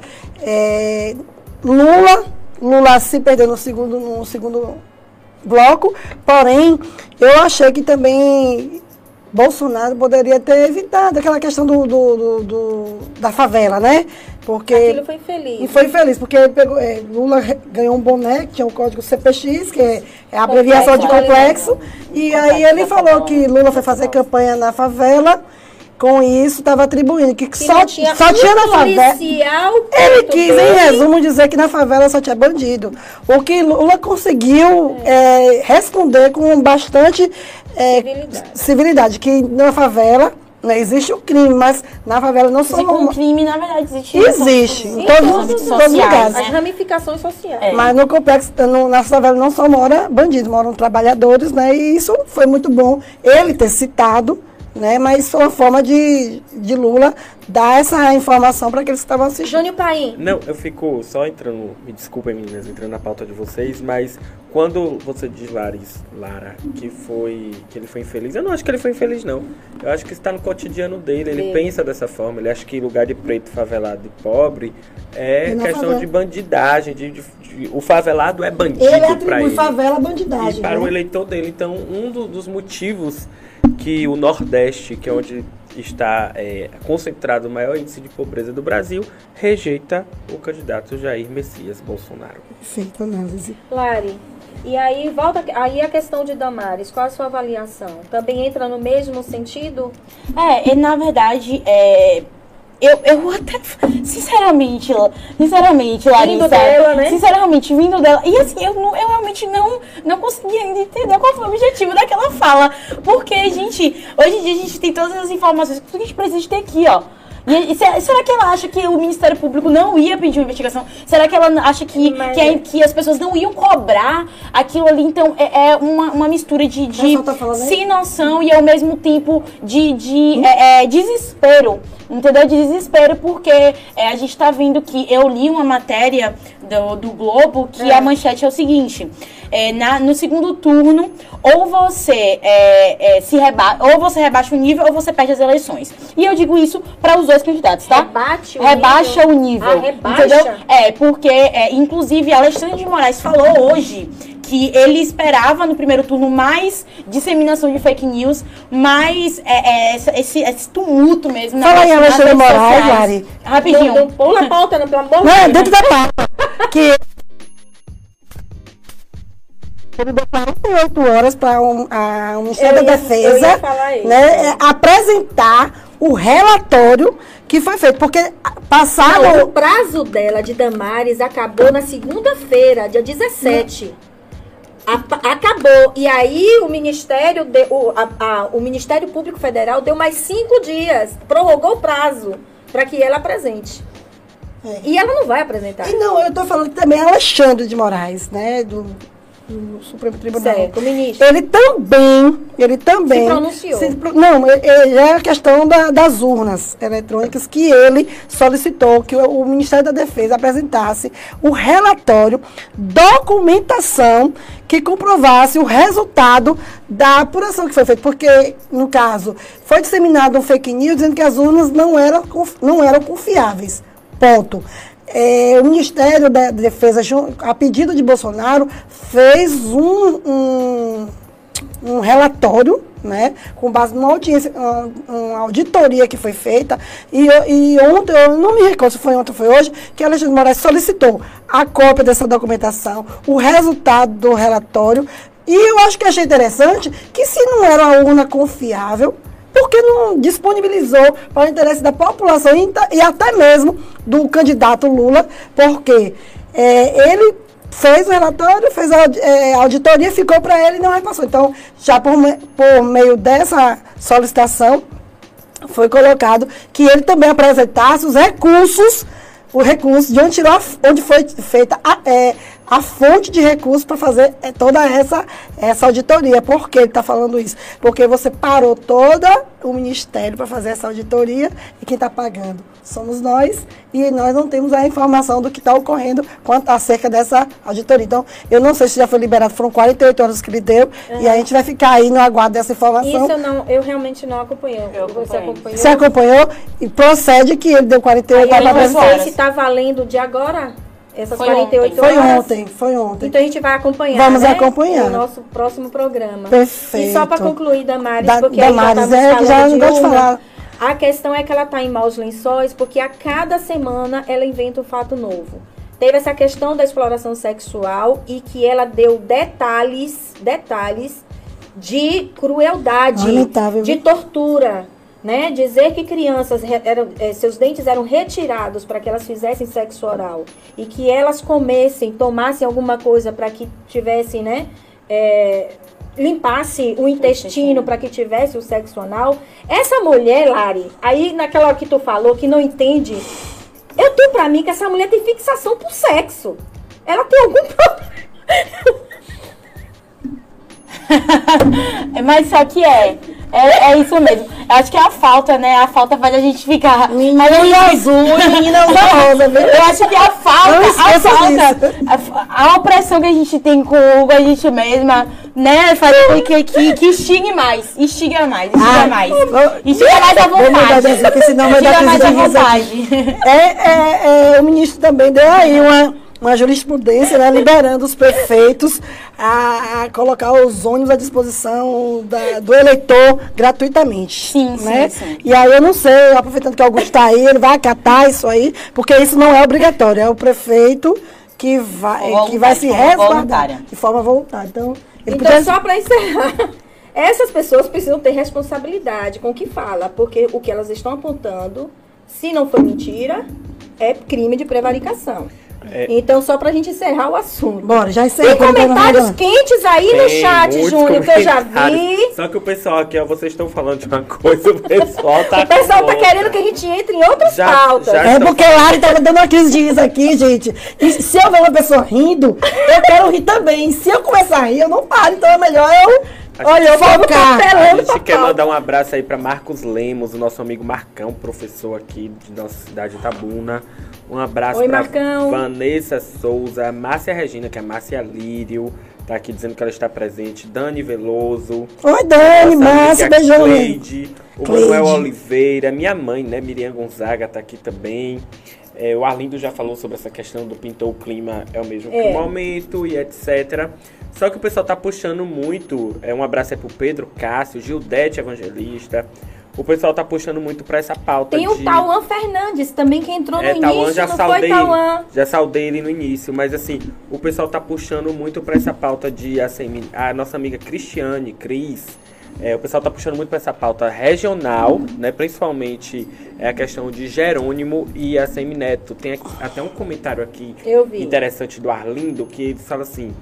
é, Lula, Lula se perdeu no segundo, no segundo bloco, porém, eu achei que também Bolsonaro poderia ter evitado aquela questão do, do, do, do- da favela, né? Porque Aquilo foi infeliz. e foi feliz, porque ele pegou, é, Lula re- ganhou um boné que tinha o código C P X, que é, é a abreviação de complexo, e aí ele falou que Lula foi fazer campanha na favela, com isso estava atribuindo que, Que só, não tinha só tinha na um favela. policial Ele perto quis, dele. em resumo, dizer que na favela só tinha bandido. O que Lula conseguiu é, responder com bastante é, Civilidade. civilidade, que na favela né, existe o crime, mas na favela não são... Se com crime, na verdade, existe. Existe, em Em todos, todos em os todos os lugares. As ramificações sociais. É. Mas no complexo, no, na favela não só mora bandidos, moram trabalhadores, né? E isso foi muito bom ele ter citado, né? Mas foi uma forma de, de Lula dar essa informação para aqueles que estavam assistindo. Júnior Paim. Não, eu fico só entrando, me desculpem meninas, entrando na pauta de vocês, mas quando você diz, Laris, Lara, que foi, que ele foi infeliz, eu não acho que ele foi infeliz, não. Eu acho que está no cotidiano dele, ele Sim. pensa dessa forma, ele acha que lugar de preto, favelado e pobre é E na questão favela. de bandidagem, de, de- de- o favelado é bandido Ele para atribui ele. favela à E bandidagem. para o Né? eleitor dele. Então, um do- dos motivos que o Nordeste, que é onde está é, concentrado o maior índice de pobreza do Brasil, rejeita o candidato Jair Messias Bolsonaro. Perfeito, análise. Lari. E aí volta aí a questão de Damares. Qual a sua avaliação? Também entra no mesmo sentido? É, e na verdade, é, eu, eu até, sinceramente, sinceramente, Larissa, Vindo dela, né? sinceramente, vindo dela, e assim, eu, não, eu realmente não, não consegui ainda entender qual foi o objetivo daquela fala, porque, gente, hoje em dia a gente tem todas as informações que a gente precisa ter aqui, ó. E, e se- será que ela acha que o Ministério Público não ia pedir uma investigação? Será que ela acha que, Mas- que, a- que as pessoas não iam cobrar aquilo ali? Então, é, é uma, uma mistura de, de Mas só tá falando aí? sem noção e ao mesmo tempo de, de é, é, desespero. Entendeu? De desespero, porque é, a gente tá vendo que eu li uma matéria do, do Globo que É. a manchete é o seguinte: é, na, no segundo turno, ou você é, é, se reba ou você rebaixa o nível ou você perde as eleições. E eu digo isso para os dois candidatos, tá? Rebate o Rebaixa nível. o nível. Ah, rebaixa? Entendeu? É, porque, é, inclusive, Alexandre de Moraes falou hoje que ele esperava no primeiro turno mais disseminação de fake news, mais é, é, essa- esse, esse tumulto mesmo. na- Fala aí, nas Alexandre redes Moraes, sociais. Lari. Rapidinho. Não, não pula a pauta, não, pelo amor de Não, é Deus. dentro da pauta. Que ele deu quarenta e oito horas para um, a- o Ministério Eu da ia- Defesa eu ia falar isso. né, é, apresentar o relatório que foi feito. Porque Não, passaram. o prazo dela, de Damares, acabou na segunda-feira, dia dezessete. A- acabou. E aí o Ministério, de- o, a- a- o Ministério Público Federal deu mais cinco dias, prorrogou o prazo para que ela apresente. É. E ela não vai apresentar. E não, eu estou falando também Alexandre de Moraes, né? Do, do Supremo Tribunal. Certo, o ministro. Ele também, ele também. Se pronunciou. se pro- não, é- é é a questão da- das urnas eletrônicas que ele solicitou que o, o Ministério da Defesa apresentasse o relatório, documentação que comprovasse o resultado da apuração que foi feita. Porque, no caso, foi disseminado um fake news dizendo que as urnas não eram, conf- não eram confiáveis. Ponto. É, o Ministério da Defesa, jun- a pedido de Bolsonaro, fez um, um, um relatório, né, com base numa audiência, uma, uma auditoria que foi feita, e, eu- e ontem, eu não me recordo se foi ontem ou foi hoje, que Alexandre de Moraes solicitou a cópia dessa documentação, o resultado do relatório, e eu acho que achei interessante que se não era uma urna confiável, por que não disponibilizou para o interesse da população e, ta- e até mesmo do candidato Lula, porque é, ele fez o relatório, fez a audi- é, a auditoria, ficou para ele e não repassou. Então, já por, me- por meio dessa solicitação, foi colocado que ele também apresentasse os recursos, o recurso de onde, tirou a f- onde foi feita a, é, a fonte de recursos para fazer é, toda essa, essa auditoria. Por que ele está falando isso? Porque você parou todo o Ministério para fazer essa auditoria e quem está pagando somos nós e nós não temos a informação do que está ocorrendo quanto acerca dessa auditoria. Então, eu não sei se já foi liberado, foram quarenta e oito horas que ele deu e a gente vai ficar aí no aguardo dessa informação. Isso eu, não, eu realmente não acompanhei. Eu Você acompanhei. acompanhou? Você acompanhou e procede que ele deu quarenta e oito Aí horas eu para não sei apresentar. se está valendo de agora. Essas Foi quarenta e oito Foi horas. ontem, foi ontem. Então a gente vai acompanhar, Vamos né, acompanhar. o nosso próximo programa. Perfeito. E só para concluir, Damares, Da- porque Damares, aí já é, que estamos já falando não de gosto de uma, falar. a questão é que ela está em maus lençóis, porque a cada semana ela inventa um fato novo. Teve essa questão da exploração sexual e que ela deu detalhes, detalhes de crueldade, Lamentável, de viu? tortura, né? Dizer que crianças, re- eram, eh, seus dentes eram retirados para que elas fizessem sexo oral e que elas comessem, tomassem alguma coisa para que tivessem, né? eh, limpasse o intestino para que tivesse o sexo anal. Essa mulher, Lari, aí naquela hora que tu falou que não entende, eu tenho pra mim que essa mulher tem fixação por sexo. Ela tem algum problema. Mas só que é. É, é isso mesmo. Eu acho que é a falta, né? A falta faz a gente ficar. Menina azul e menina usa rosa, viu? Eu acho que a falta, Não a esqueça falta, a, a opressão que a gente tem com a gente mesma, né? Faz com que, que, que instigue mais, instiga mais, instiga Ah, mais. vou- Instiga mais à Vou mudar vontade. de assunto, porque senão vai dar Instiga mais à crise de riso vontade. É, é, é, o ministro também deu aí uma, uma jurisprudência, né, liberando os prefeitos a, a colocar os ônibus à disposição da- do eleitor gratuitamente. Sim, sim, né? sim. E aí eu não sei, aproveitando que o Augusto está aí, ele vai acatar isso aí, porque isso não é obrigatório, é o prefeito que vai, Voluntário, que vai se de forma resguardar voluntária. de forma voluntária. Então, ele Então, podia- só para encerrar, essas pessoas precisam ter responsabilidade com o que fala, porque o que elas estão apontando, se não for mentira, é crime de prevaricação. É. Então, só pra gente encerrar o assunto. Bora, já Tem encerrei. que eu não quero mais comentários nada. quentes aí no Tem chat, muitos Júnior, que eu já comentários. vi. Só que o pessoal aqui, ó, vocês estão falando de uma coisa, o pessoal tá O pessoal tá contra. querendo que a gente entre em outras Já- pautas. já- É porque Lari tava dando uma crise de riso aqui, gente. E se eu ver uma pessoa rindo, eu quero rir também. Se eu começar a rir, eu não paro. Então é melhor eu, olha, eu focar. A gente quer mandar um abraço aí para Marcos Lemos, o nosso amigo Marcão, professor aqui de nossa cidade de Itabuna. Um abraço Oi, para Marcão. Vanessa Souza, Márcia Regina, que é Márcia Lírio, tá aqui dizendo que ela está presente, Dani Veloso, Oi, Dani, nossa Márcia, amiga beijão. Cleide, o Cleide. Manuel Oliveira, minha mãe, né, Miriam Gonzaga, tá aqui também. É, o Arlindo já falou sobre essa questão do pintou o clima é o mesmo que É. o momento e etcétera. Só que o pessoal tá puxando muito. É, um abraço aí pro Pedro Cássio, Gildete Evangelista. O pessoal tá puxando muito pra essa pauta. Tem o de... Tauan Fernandes também, que entrou É, no Tauan início, já não saudei, foi, Tauan? já saudei ele no início, mas assim, o pessoal tá puxando muito pra essa pauta de assim, a nossa amiga Cristiane, Cris, é, o pessoal tá puxando muito pra essa pauta regional, né, principalmente é a questão de Jerônimo e a Semineto. Tem aqui, até um comentário aqui Eu vi. interessante do Arlindo, que ele fala assim: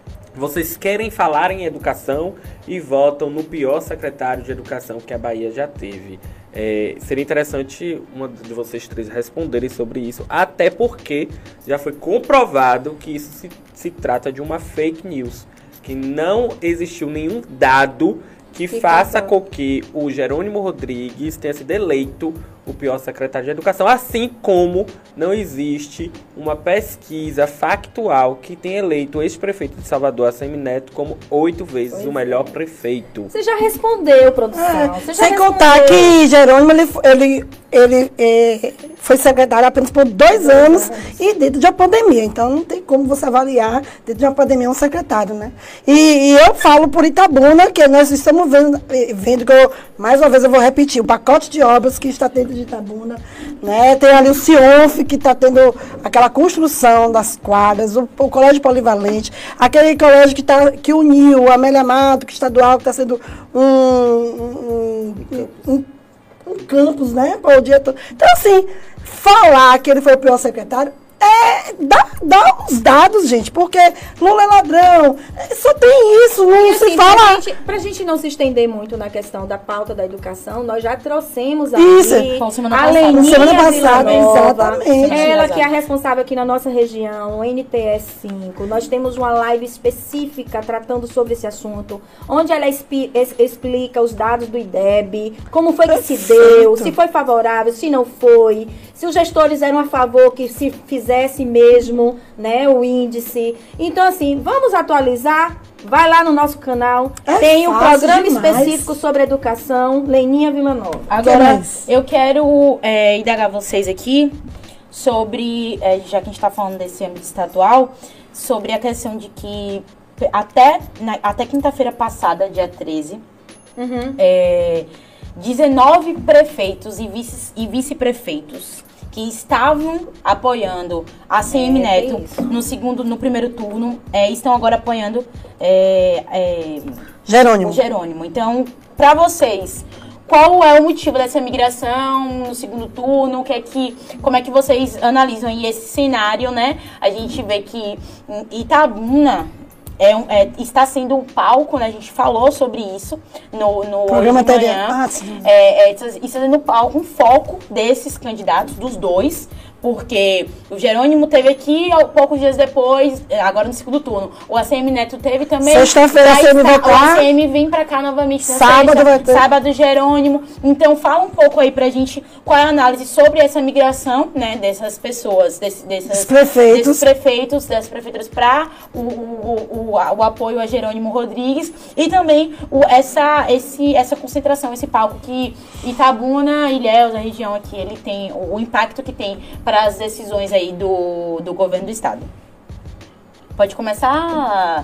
vocês querem falar em educação e votam no pior secretário de educação que a Bahia já teve. É, seria interessante uma de vocês três responderem sobre isso, até porque já foi comprovado que isso se, se trata de uma fake news, que não existiu nenhum dado que, Que faça comprova. com que o Jerônimo Rodrigues tenha sido eleito o pior secretário de educação, assim como não existe uma pesquisa factual que tenha eleito o ex-prefeito de Salvador, Assemi Neto, como oito vezes Pois o melhor é. prefeito. Você já respondeu, produção. É, Você já sem respondeu. contar que Jerônimo, ele, ele, ele é, foi secretário apenas por dois anos e dentro de uma pandemia. Então, não tem como você avaliar dentro de uma pandemia um secretário, né? E, e eu falo por Itabuna, que nós estamos vendo, vendo que eu, mais uma vez eu vou repetir, o pacote de obras que está dentro de Itabuna, né? Tem ali o Cionf, que está tendo aquela construção das quadras, o, o colégio polivalente, aquele colégio que, tá, que uniu o Amélia Mato, que estadual, que está sendo um, um, um, um, um campus, né? Para o dia todo. Então, assim, falar que ele foi o pior secretário é dá, dá uns dados, gente, porque Lula é ladrão, é, só tem isso, não E, se assim, fala. pra gente, pra gente não se estender muito na questão da pauta da educação, nós já trouxemos aqui Isso. Foi semana a passada. Leninha Semana passada, Villanova, exatamente. ela que é a responsável aqui na nossa região, o N T S cinco. Nós temos uma live específica tratando sobre esse assunto, onde ela expi- es- explica os dados do I D E B, como foi que se Perfeito. deu, se foi favorável, se não foi, se os gestores eram a favor que se fizesse mesmo, né, o índice. Então, assim, vamos atualizar. Vai lá no nosso canal. É Tem um fácil programa demais. específico sobre educação, Leninha Villanova. Agora, mais? eu quero é, indagar vocês aqui sobre, é, já que a gente está falando desse âmbito estadual, sobre a questão de que até, na, até quinta-feira passada, dia treze, uhum. é, dezenove prefeitos e, vice, e vice-prefeitos que estavam apoiando a C M é, Neto no segundo, no primeiro turno, é, estão agora apoiando é, é, Jerônimo. o Jerônimo. Então, para vocês, qual é o motivo dessa migração no segundo turno? O que é que, como é que vocês analisam aí esse cenário, né? A gente vê que Itabuna é, é, está sendo um palco, né? A gente falou sobre isso no, no programa Hoje de Manhã. Ah, é, é, está sendo um palco, um foco desses candidatos, dos dois. Porque o Jerônimo teve aqui, poucos dias depois, agora no segundo turno. O A C M Neto teve também. Sexta-feira a C M vai cá. O A C M vem pra cá novamente na sábado sexta, vai ter. Sábado Jerônimo. Então fala um pouco aí pra gente qual é a análise sobre essa migração, né, dessas pessoas, desse, dessas, prefeitos. desses prefeitos, dessas prefeituras para o, o, o, o, o apoio a Jerônimo Rodrigues e também o, essa, esse, essa concentração, esse palco que Itabuna, Ilhéus, a região aqui, ele tem, o, o impacto que tem para as decisões aí do, do governo do estado. Pode começar?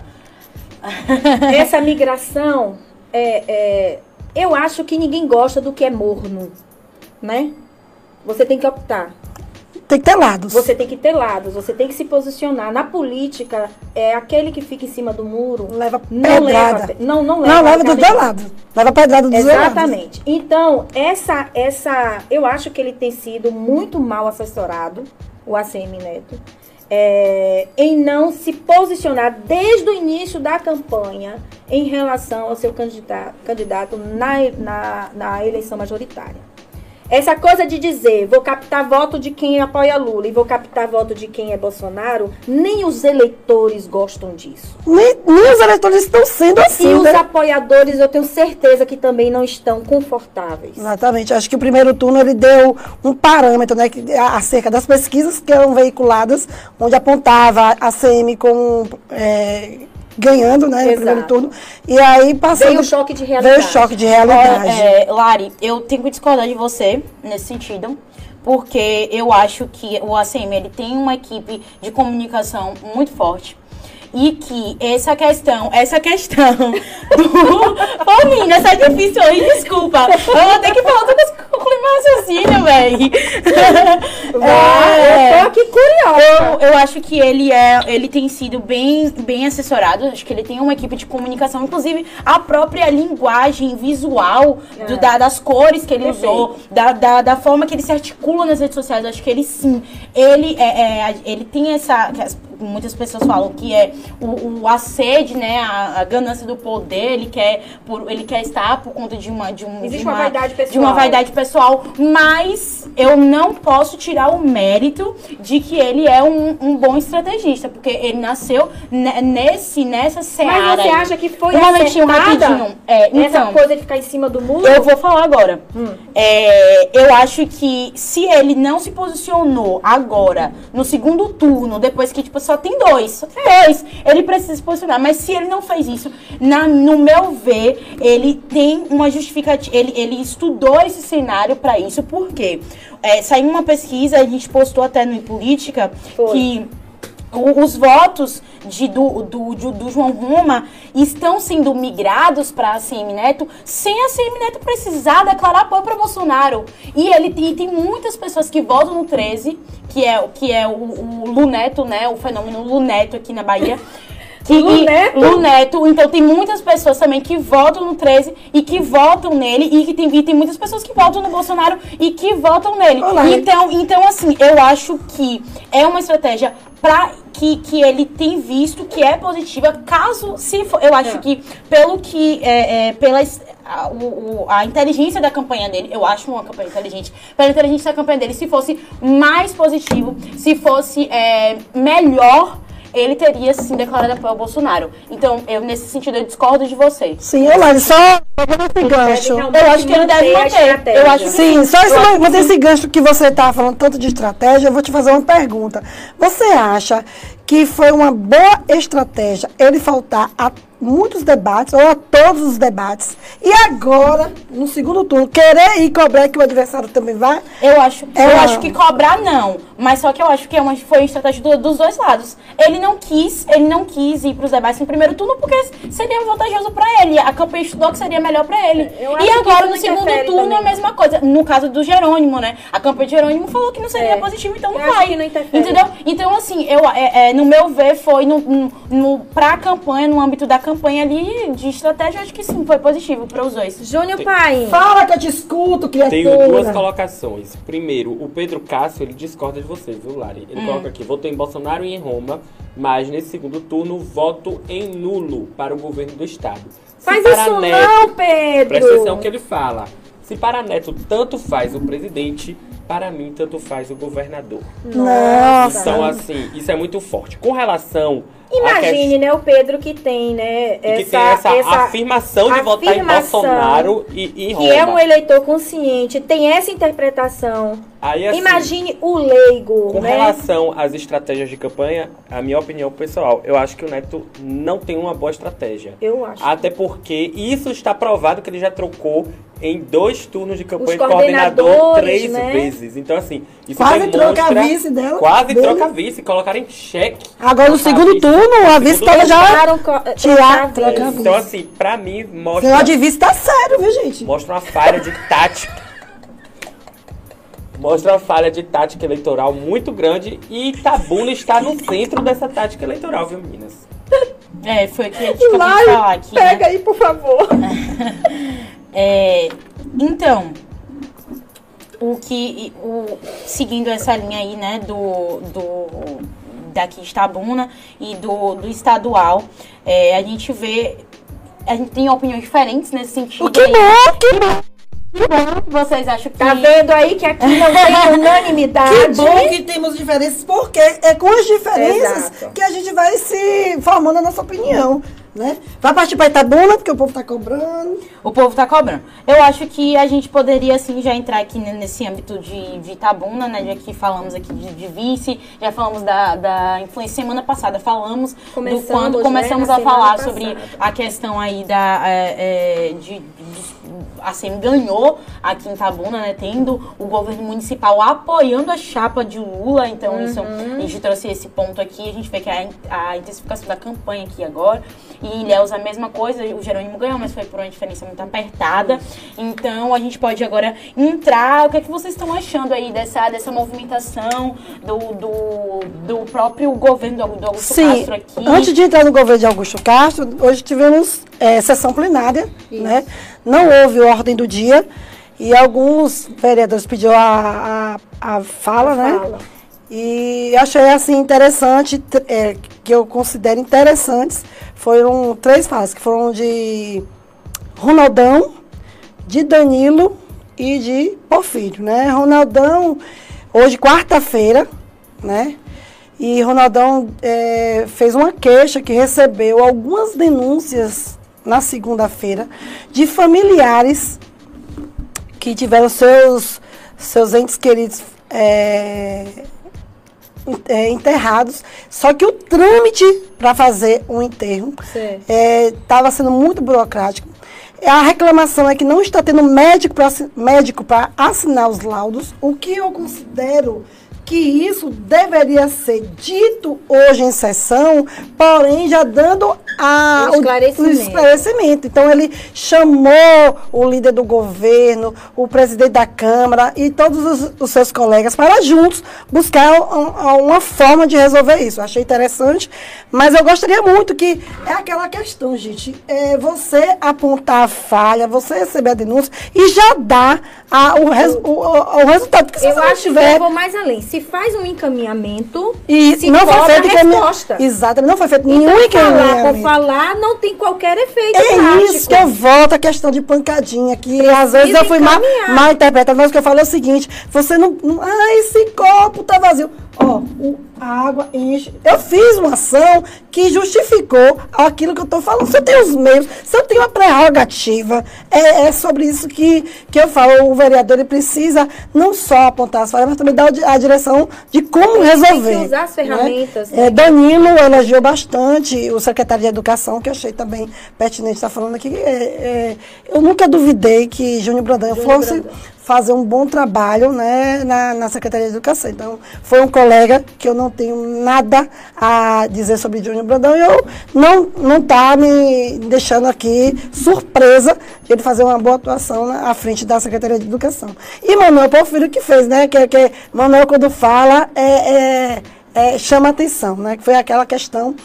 Essa migração, é, é, eu acho que ninguém gosta do que é morno, né? Você tem que optar. Tem que ter lados. Você tem que ter lados, você tem que se posicionar. Na política, é aquele que fica em cima do muro... Leva não pedrada. Leva, não, não leva. Não, leva dos dois lados. Leva pedrada dos dois lados. Exatamente. Então, essa, essa... Eu acho que ele tem sido muito mal assessorado, o A C M Neto, é, em não se posicionar desde o início da campanha em relação ao seu candidato, candidato na, na, na eleição majoritária. Essa coisa de dizer, vou captar voto de quem apoia Lula e vou captar voto de quem é Bolsonaro, nem os eleitores gostam disso. Nem, nem os eleitores estão sendo assim, E os né? apoiadores, eu tenho certeza que também não estão confortáveis. Exatamente. Acho que o primeiro turno ele deu um parâmetro, né, que, acerca das pesquisas que eram veiculadas, onde apontava a C M como... É, ganhando, né, no primeiro turno. E aí passando... Veio o choque de realidade. Veio o choque de realidade. É, é, Lari, eu tenho que discordar de você nesse sentido, porque eu acho que o A C M ele tem uma equipe de comunicação muito forte. E que essa questão, essa questão do... Ô, menina, essa é difícil hoje, desculpa. Eu vou ter que falar todas com o clima raciocínio, velho. É, eu tô aqui curiosa. Eu, eu acho que ele, é, ele tem sido bem, bem assessorado. Acho que ele tem uma equipe de comunicação. Inclusive, a própria linguagem visual do, é. da, das cores que ele Perfeito. usou, da, da, da forma que ele se articula nas redes sociais. Acho que ele, sim, ele, é, é, ele tem essa... Muitas pessoas falam que é o, o a sede, né, a, a ganância do poder, ele quer, por, ele quer estar por conta de uma, de, um, Existe de, uma, uma vaidade pessoal. de uma vaidade pessoal, mas eu não posso tirar o mérito de que ele é um, um bom estrategista, porque ele nasceu nesse, nessa seara. Mas você acha que foi um momentinho, rapidinho. É, então, essa coisa de ficar em cima do muro? Eu vou falar agora. Hum. É, eu acho que se ele não se posicionou agora, no segundo turno, depois que tipo, só tem dois, só tem dois, ele precisa se posicionar. Mas se ele não fez isso, na, no meu ver, ele tem uma justificativa, ele, ele estudou esse cenário para isso, porque é, saiu uma pesquisa, a gente postou até no Política, Foi. que os votos de, do, do, do, do João Roma estão sendo migrados para a C M Neto sem a C M Neto precisar declarar apoio para Bolsonaro. E ele e tem muitas pessoas que votam no treze, que é, que é o, o Luneto, né? O fenômeno Luneto aqui na Bahia. Que, Luneto? Luneto. Então tem muitas pessoas também que votam no treze e que votam nele. E que tem, e tem muitas pessoas que votam no Bolsonaro e que votam nele. Olá. Então, então, assim, eu acho que é uma estratégia pra, que, que ele tem visto que é positiva. Caso, se for, eu acho É. que pelo que, é, é, pela a, o, a inteligência da campanha dele, eu acho uma campanha inteligente, pela inteligência da campanha dele, se fosse mais positivo, se fosse é, melhor, ele teria sim declarado apoio ao Bolsonaro. Então, eu nesse sentido, eu discordo de você. Sim, eu, Lari, só Esse gancho. Eu acho que ele deve manter. Eu acho que sim, só esse, mas esse gancho que você está falando tanto de estratégia, eu vou te fazer uma pergunta. Você acha que foi uma boa estratégia ele faltar a muitos debates, ou a todos os debates, e agora, no segundo turno, querer ir cobrar que o adversário também vá? Eu acho, é eu uma... acho que cobrar não, mas só que eu acho que é uma, foi uma estratégia do, dos dois lados. Ele não quis, ele não quis ir para os debates no primeiro turno porque seria vantajoso para ele. A campanha estudou que seria melhor para ele. E agora no segundo turno também. A mesma coisa. No caso do Jerônimo, né? A campanha de Jerônimo falou que não seria é. positivo, então não eu vai. Não entendeu? Então assim, eu, é, é, no meu ver foi no, no, no, para a campanha, no âmbito da campanha ali de estratégia, acho que sim, foi positivo para os dois. Júnior Pai. Fala que eu te escuto, criatura. Tenho duas colocações. Primeiro, o Pedro Cássio, ele discorda de vocês, viu, Lari? Ele hum. coloca aqui, votou em Bolsonaro e em Roma, mas nesse segundo turno, voto em nulo para o governo do Estado. Se faz isso Neto, não, Pedro! Presta atenção que ele fala. Se para Neto tanto faz o presidente, para mim tanto faz o governador. Nossa! Então, assim, isso é muito forte. Com relação... Imagine, né, o Pedro que tem, né, essa, que tem essa, essa afirmação de afirmação votar em Bolsonaro e, e em Roma. Que é um eleitor consciente, tem essa interpretação. Aí, assim, imagine o leigo, com né? relação às estratégias de campanha, a minha opinião pessoal, eu acho que o Neto não tem uma boa estratégia. Eu acho. Até porque isso está provado que ele já trocou em dois turnos de campanha de coordenador três né? vezes. Então, assim, isso quase demonstra... troca a vice dela. Quase dele. troca a vice, colocaram em xeque. Agora, no segundo turno, a vice estava já... Tirar, troca a vice. Então, assim, pra mim, mostra... Senhor de vice tá sério, viu, gente? Mostra uma falha de tática. Mostra uma falha de tática eleitoral muito grande e Itabuna está no centro dessa tática eleitoral, viu, meninas? É, foi o que a gente acabou de falar aqui. Pega né? aí, por favor. é, então, o que, o, seguindo essa linha aí, né, do, do daqui Itabuna e do, do estadual, é, a gente vê, a gente tem opiniões diferentes nesse sentido. Que bom, que bom. Que bom, vocês acham que... Tá vendo aí que aqui não tem unanimidade? Que bom que temos diferenças, porque é com as diferenças Exato. que a gente vai se formando a nossa opinião, né? Vai partir para Itabuna, porque o povo tá cobrando. O povo tá cobrando. Eu acho que a gente poderia, assim, já entrar aqui nesse âmbito de, de Itabuna, né? Já que falamos aqui de, de vice, já falamos da, da influência. Semana passada falamos começamos, do quando né, começamos a falar passada. sobre a questão aí da... É, é, de, de a S E M ganhou aqui em Itabuna, né, tendo o governo municipal apoiando a chapa de Lula, então uhum. isso, a gente trouxe esse ponto aqui, a gente vê que a, a intensificação da campanha aqui agora, e Ilhéus a mesma coisa, o Jerônimo ganhou, mas foi por uma diferença muito apertada, então a gente pode agora entrar, o que é que vocês estão achando aí dessa, dessa movimentação do, do, do próprio governo do, do Augusto Sim, Castro aqui? Antes de entrar no governo de Augusto Castro, hoje tivemos é, sessão plenária, isso. né? Não houve ordem do dia e alguns vereadores pediram a, a, a fala, a né? Fala. E achei assim interessante, é, que eu considero interessantes, foram três falas, que foram de Ronaldão, de Danilo e de Porfírio, né? Ronaldão, hoje quarta-feira, né? E Ronaldão é, fez uma queixa que recebeu algumas denúncias na segunda-feira, de familiares que tiveram seus, seus entes queridos é, enterrados, só que o trâmite para fazer um enterro estava é, sendo muito burocrático. A reclamação é que não está tendo médico para médico para assinar os laudos, o que eu considero que isso deveria ser dito hoje em sessão, porém já dando a, o, esclarecimento. o, o esclarecimento. Então ele chamou o líder do governo, o presidente da Câmara e todos os, os seus colegas para juntos buscar um, uma forma de resolver isso. Eu achei interessante, mas eu gostaria muito que é aquela questão, gente, é você apontar a falha, você receber a denúncia e já dar a, o, res, o, o, o resultado. Porque se eu você acho tiver... que eu vou mais além. Se faz um encaminhamento, e se não foi feito a resposta. Exatamente, não foi feito então, nenhum encaminhamento. Falar por falar não tem qualquer efeito É prático. isso que eu volto à questão de pancadinha, que Precisa às vezes eu fui mal, mal interpretada, mas o que eu falo é o seguinte, você não, não... Ah, esse copo tá vazio. Ó, o, a água enche. Eu fiz uma ação que justificou aquilo que eu estou falando. Se eu tenho os meios, se eu tenho a prerrogativa, é, é sobre isso que, que eu falo. O vereador ele precisa não só apontar as falhas, mas também dar a direção de como Ele resolver. tem que usar as ferramentas. Né? É, Danilo elogiou bastante o secretário de Educação, que eu achei também pertinente estar falando aqui. É, é, eu nunca duvidei que Júnior Brandão Júnior fosse Brandão. fazer um bom trabalho, né, na, na Secretaria de Educação. Então, foi um colega que eu não tenho nada a dizer sobre Júnior Brandão e eu não não tá me deixando aqui surpresa de ele fazer uma boa atuação na, à frente da Secretaria de Educação. E Manuel Porfírio que fez, né, que, que Manuel quando fala é, é, é, chama atenção, né, que foi aquela questão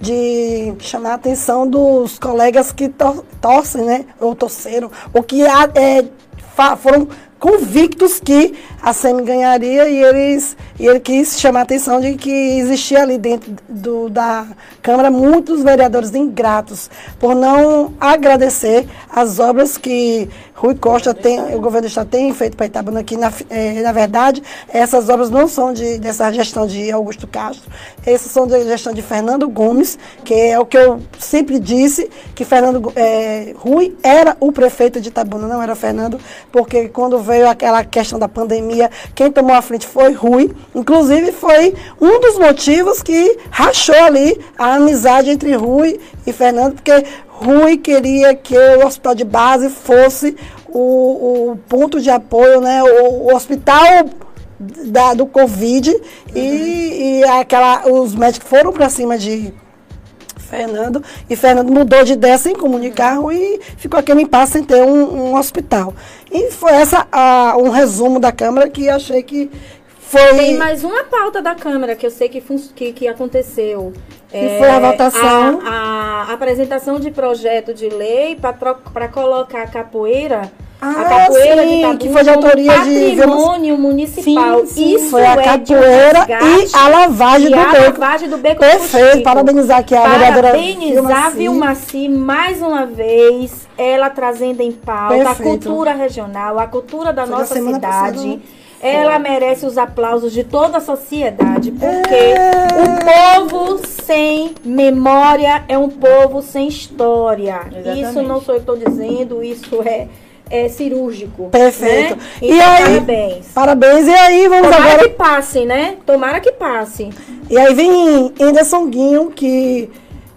de chamar a atenção dos colegas que tor torcem, né, ou torceram, ou que é, foram convictos que a SEMI ganharia e, eles, e ele quis chamar a atenção de que existia ali dentro do, da Câmara muitos vereadores ingratos por não agradecer as obras que Rui Costa tem, o governo do estado tem feito para Itabuna aqui. Na, é, na verdade, essas obras não são de, dessa gestão de Augusto Castro, essas são da gestão de Fernando Gomes, que é o que eu sempre disse, que Fernando é, Rui era o prefeito de Itabuna, não era Fernando, porque quando veio aquela questão da pandemia, quem tomou a frente foi Rui, inclusive foi um dos motivos que rachou ali a amizade entre Rui e Fernando, porque Rui queria que o hospital de base fosse o, o ponto de apoio, né, o, o hospital da, do Covid, uhum. e, e aquela, os médicos foram para cima de Fernando, e Fernando mudou de ideia sem comunicar, uhum. e ficou aquele impasse sem ter um, um hospital. E foi essa a, um resumo da Câmara que achei que foi... Tem mais uma pauta da Câmara que eu sei que, que, que aconteceu. Que é, foi a votação. A, a apresentação de projeto de lei para colocar a capoeira, ah, a capoeira sim, de Itabuna que foi de autoria patrimônio de... municipal. Sim, sim, Isso foi a é capoeira e a lavagem e do a beco. lavagem do beco. Perfeito, parabenizar aqui a vereadora Parabenizar Vilmaci mais uma vez, ela trazendo em pauta Perfeito. a cultura regional, a cultura da foi nossa cidade. Passada. Ela merece os aplausos de toda a sociedade, porque é. o povo sem memória é um povo sem história. Exatamente. Isso não sou eu que estou dizendo, isso é, é cirúrgico. Perfeito. Né? Então, e aí, parabéns. Parabéns. E aí, vamos Tomara agora... que passe, né? Tomara que passe. E aí vem Anderson Guinho, que...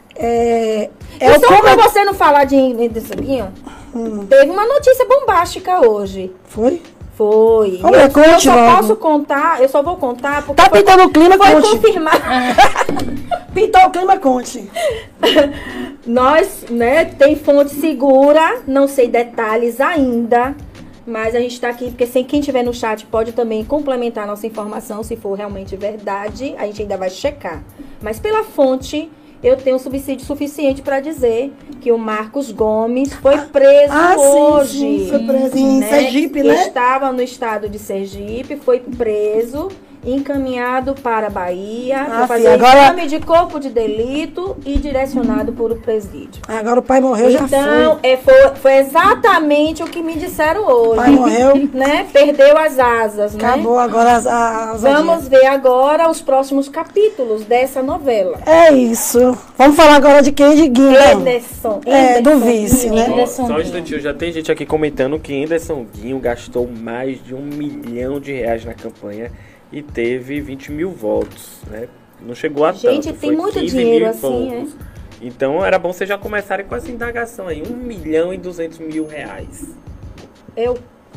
É, é e o só como... pra você não falar de Anderson Guinho, hum. teve uma notícia bombástica hoje. Foi? Foi. Vamos eu, ver, conte eu só logo. posso contar, eu só vou contar porque tá foi, pintando o clima, foi conte. confirmado. Pintou o clima, conte. Nós, né, tem fonte segura, não sei detalhes ainda, mas a gente está aqui porque sem quem estiver no chat pode também complementar a nossa informação, se for realmente verdade, a gente ainda vai checar. Mas pela fonte, eu tenho subsídio suficiente para dizer que o Marcos Gomes foi preso ah, hoje. Sim, sim, foi preso em né? Sergipe, né? Estava no estado de Sergipe, foi preso, encaminhado para a Bahia, ah, para fazer filha, agora... exame de corpo de delito e direcionado por o presídio. Agora o pai morreu, então, já foi. Então, é, foi, foi exatamente o que me disseram hoje. O pai morreu. Né? Perdeu as asas, Acabou né? agora as, as Vamos ver agora os próximos capítulos dessa novela. É isso. Vamos falar agora de quem? De Guinho. Anderson. É, Anderson do vice, Guinho, né? Anderson Só um instantinho, já tem gente aqui comentando que Anderson Guinho gastou mais de um milhão de reais na campanha e teve vinte mil votos, né? Não chegou a Gente, tanto. tem foi muito quinze dinheiro mil assim, é? Então era bom vocês já começarem com essa indagação aí. Um milhão e duzentos mil reais. Eu?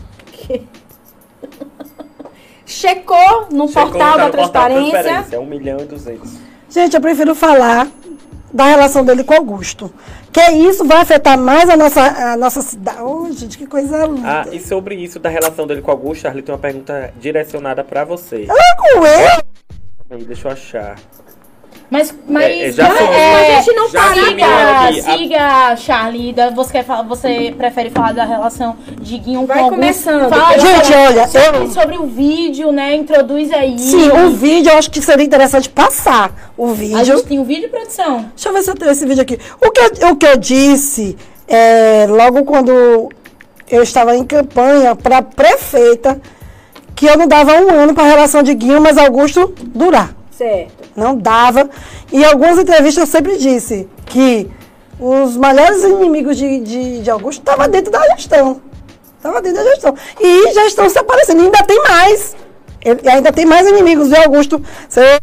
Checou no Checou, portal tá da no portal transparência. transparência. um milhão e duzentos. Gente, eu prefiro falar da relação dele com Augusto. Que isso vai afetar mais a nossa, a nossa cidade. Oh, gente, que coisa linda. Ah, e sobre isso da relação dele com Augusto, Charlie, tem uma pergunta direcionada pra você. Ah, com ele? Aí, deixa eu achar. Mas, mas É, é, já mas, foi. é, a gente não já para, terminou cara. aqui. A- Siga, Charlie. da- Você, quer falar, você prefere falar da relação de Guinho Vai com Augusto? começando. Fala Gente, sobre, olha, sobre, eu- sobre o vídeo, né? Introduz aí. Sim, o vídeo eu acho que seria interessante passar o vídeo. A gente tem um vídeo, produção? Deixa eu ver se eu tenho esse vídeo aqui. O que eu, o que eu disse, é, logo quando eu estava em campanha para prefeita, que eu não dava um ano para a relação de Guinho mais Augusto durar. Certo. Não dava. E em algumas entrevistas eu sempre disse que os maiores inimigos de, de, de Augusto estavam dentro da gestão. Estava dentro da gestão. E já estão se aparecendo. E ainda tem mais. Ele, ainda tem mais inimigos de Augusto. Você...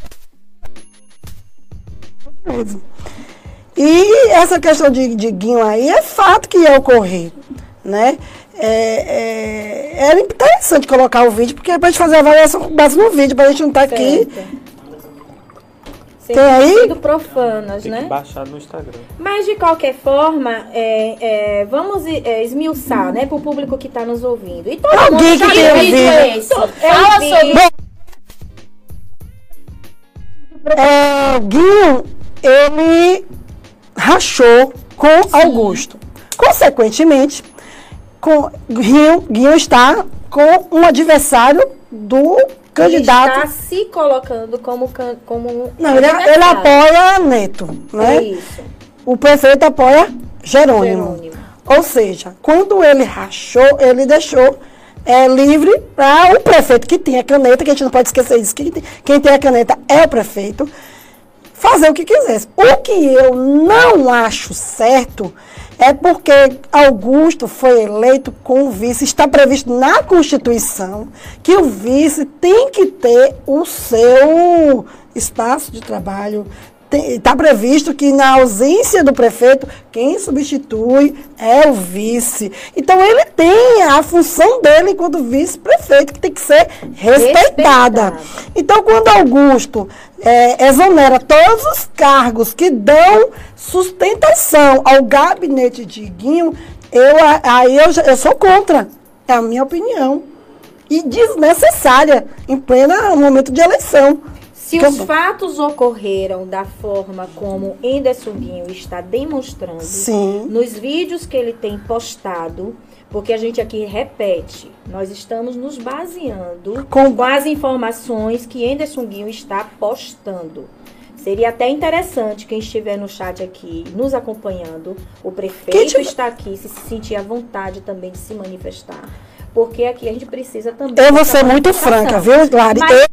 E essa questão de, de Guinho aí é fato que ia ocorrer, né? É, é, era interessante colocar o vídeo, porque é pra gente fazer a avaliação com base no vídeo, pra gente não estar tá aqui. Tem aí? Sendo profanas, tem né? Que baixar no Instagram. Mas, de qualquer forma, é, é, vamos é, esmiuçar, né, pro público que tá nos ouvindo. E todo Alguém mundo que tem vídeo é esse? Fala sobre... É, Guinho, ele rachou com Sim. Augusto. Consequentemente, com, Guinho, Guinho está com um adversário do candidato. Ele está se colocando como... como Não, ele, ele apoia Neto, né? É isso. O prefeito apoia Jerônimo. Jerônimo. Ou seja, quando ele rachou, ele deixou é, livre para o prefeito que tem a caneta, que a gente não pode esquecer disso, que quem tem a caneta é o prefeito, fazer o que quisesse. O que eu não acho certo é porque Augusto foi eleito com o vice, está previsto na Constituição que o vice tem que ter o seu espaço de trabalho. Está previsto que na ausência do prefeito, quem substitui é o vice. Então, ele tem a função dele enquanto vice-prefeito, que tem que ser respeitada. Respeitada. Então, quando Augusto é, exonera todos os cargos que dão sustentação ao gabinete de Guinho, eu, aí eu, eu sou contra. É a minha opinião. E desnecessária, em pleno momento de eleição. Se os fatos ocorreram da forma como Enderson Guinho está demonstrando, Sim. nos vídeos que ele tem postado, porque a gente aqui repete, nós estamos nos baseando com, com as informações que Enderson Guinho está postando. Seria até interessante quem estiver no chat aqui nos acompanhando, o prefeito tiver... está aqui, se se sentir à vontade também de se manifestar, porque aqui a gente precisa também... Eu vou ser muito franca, viu, Lari? Mas...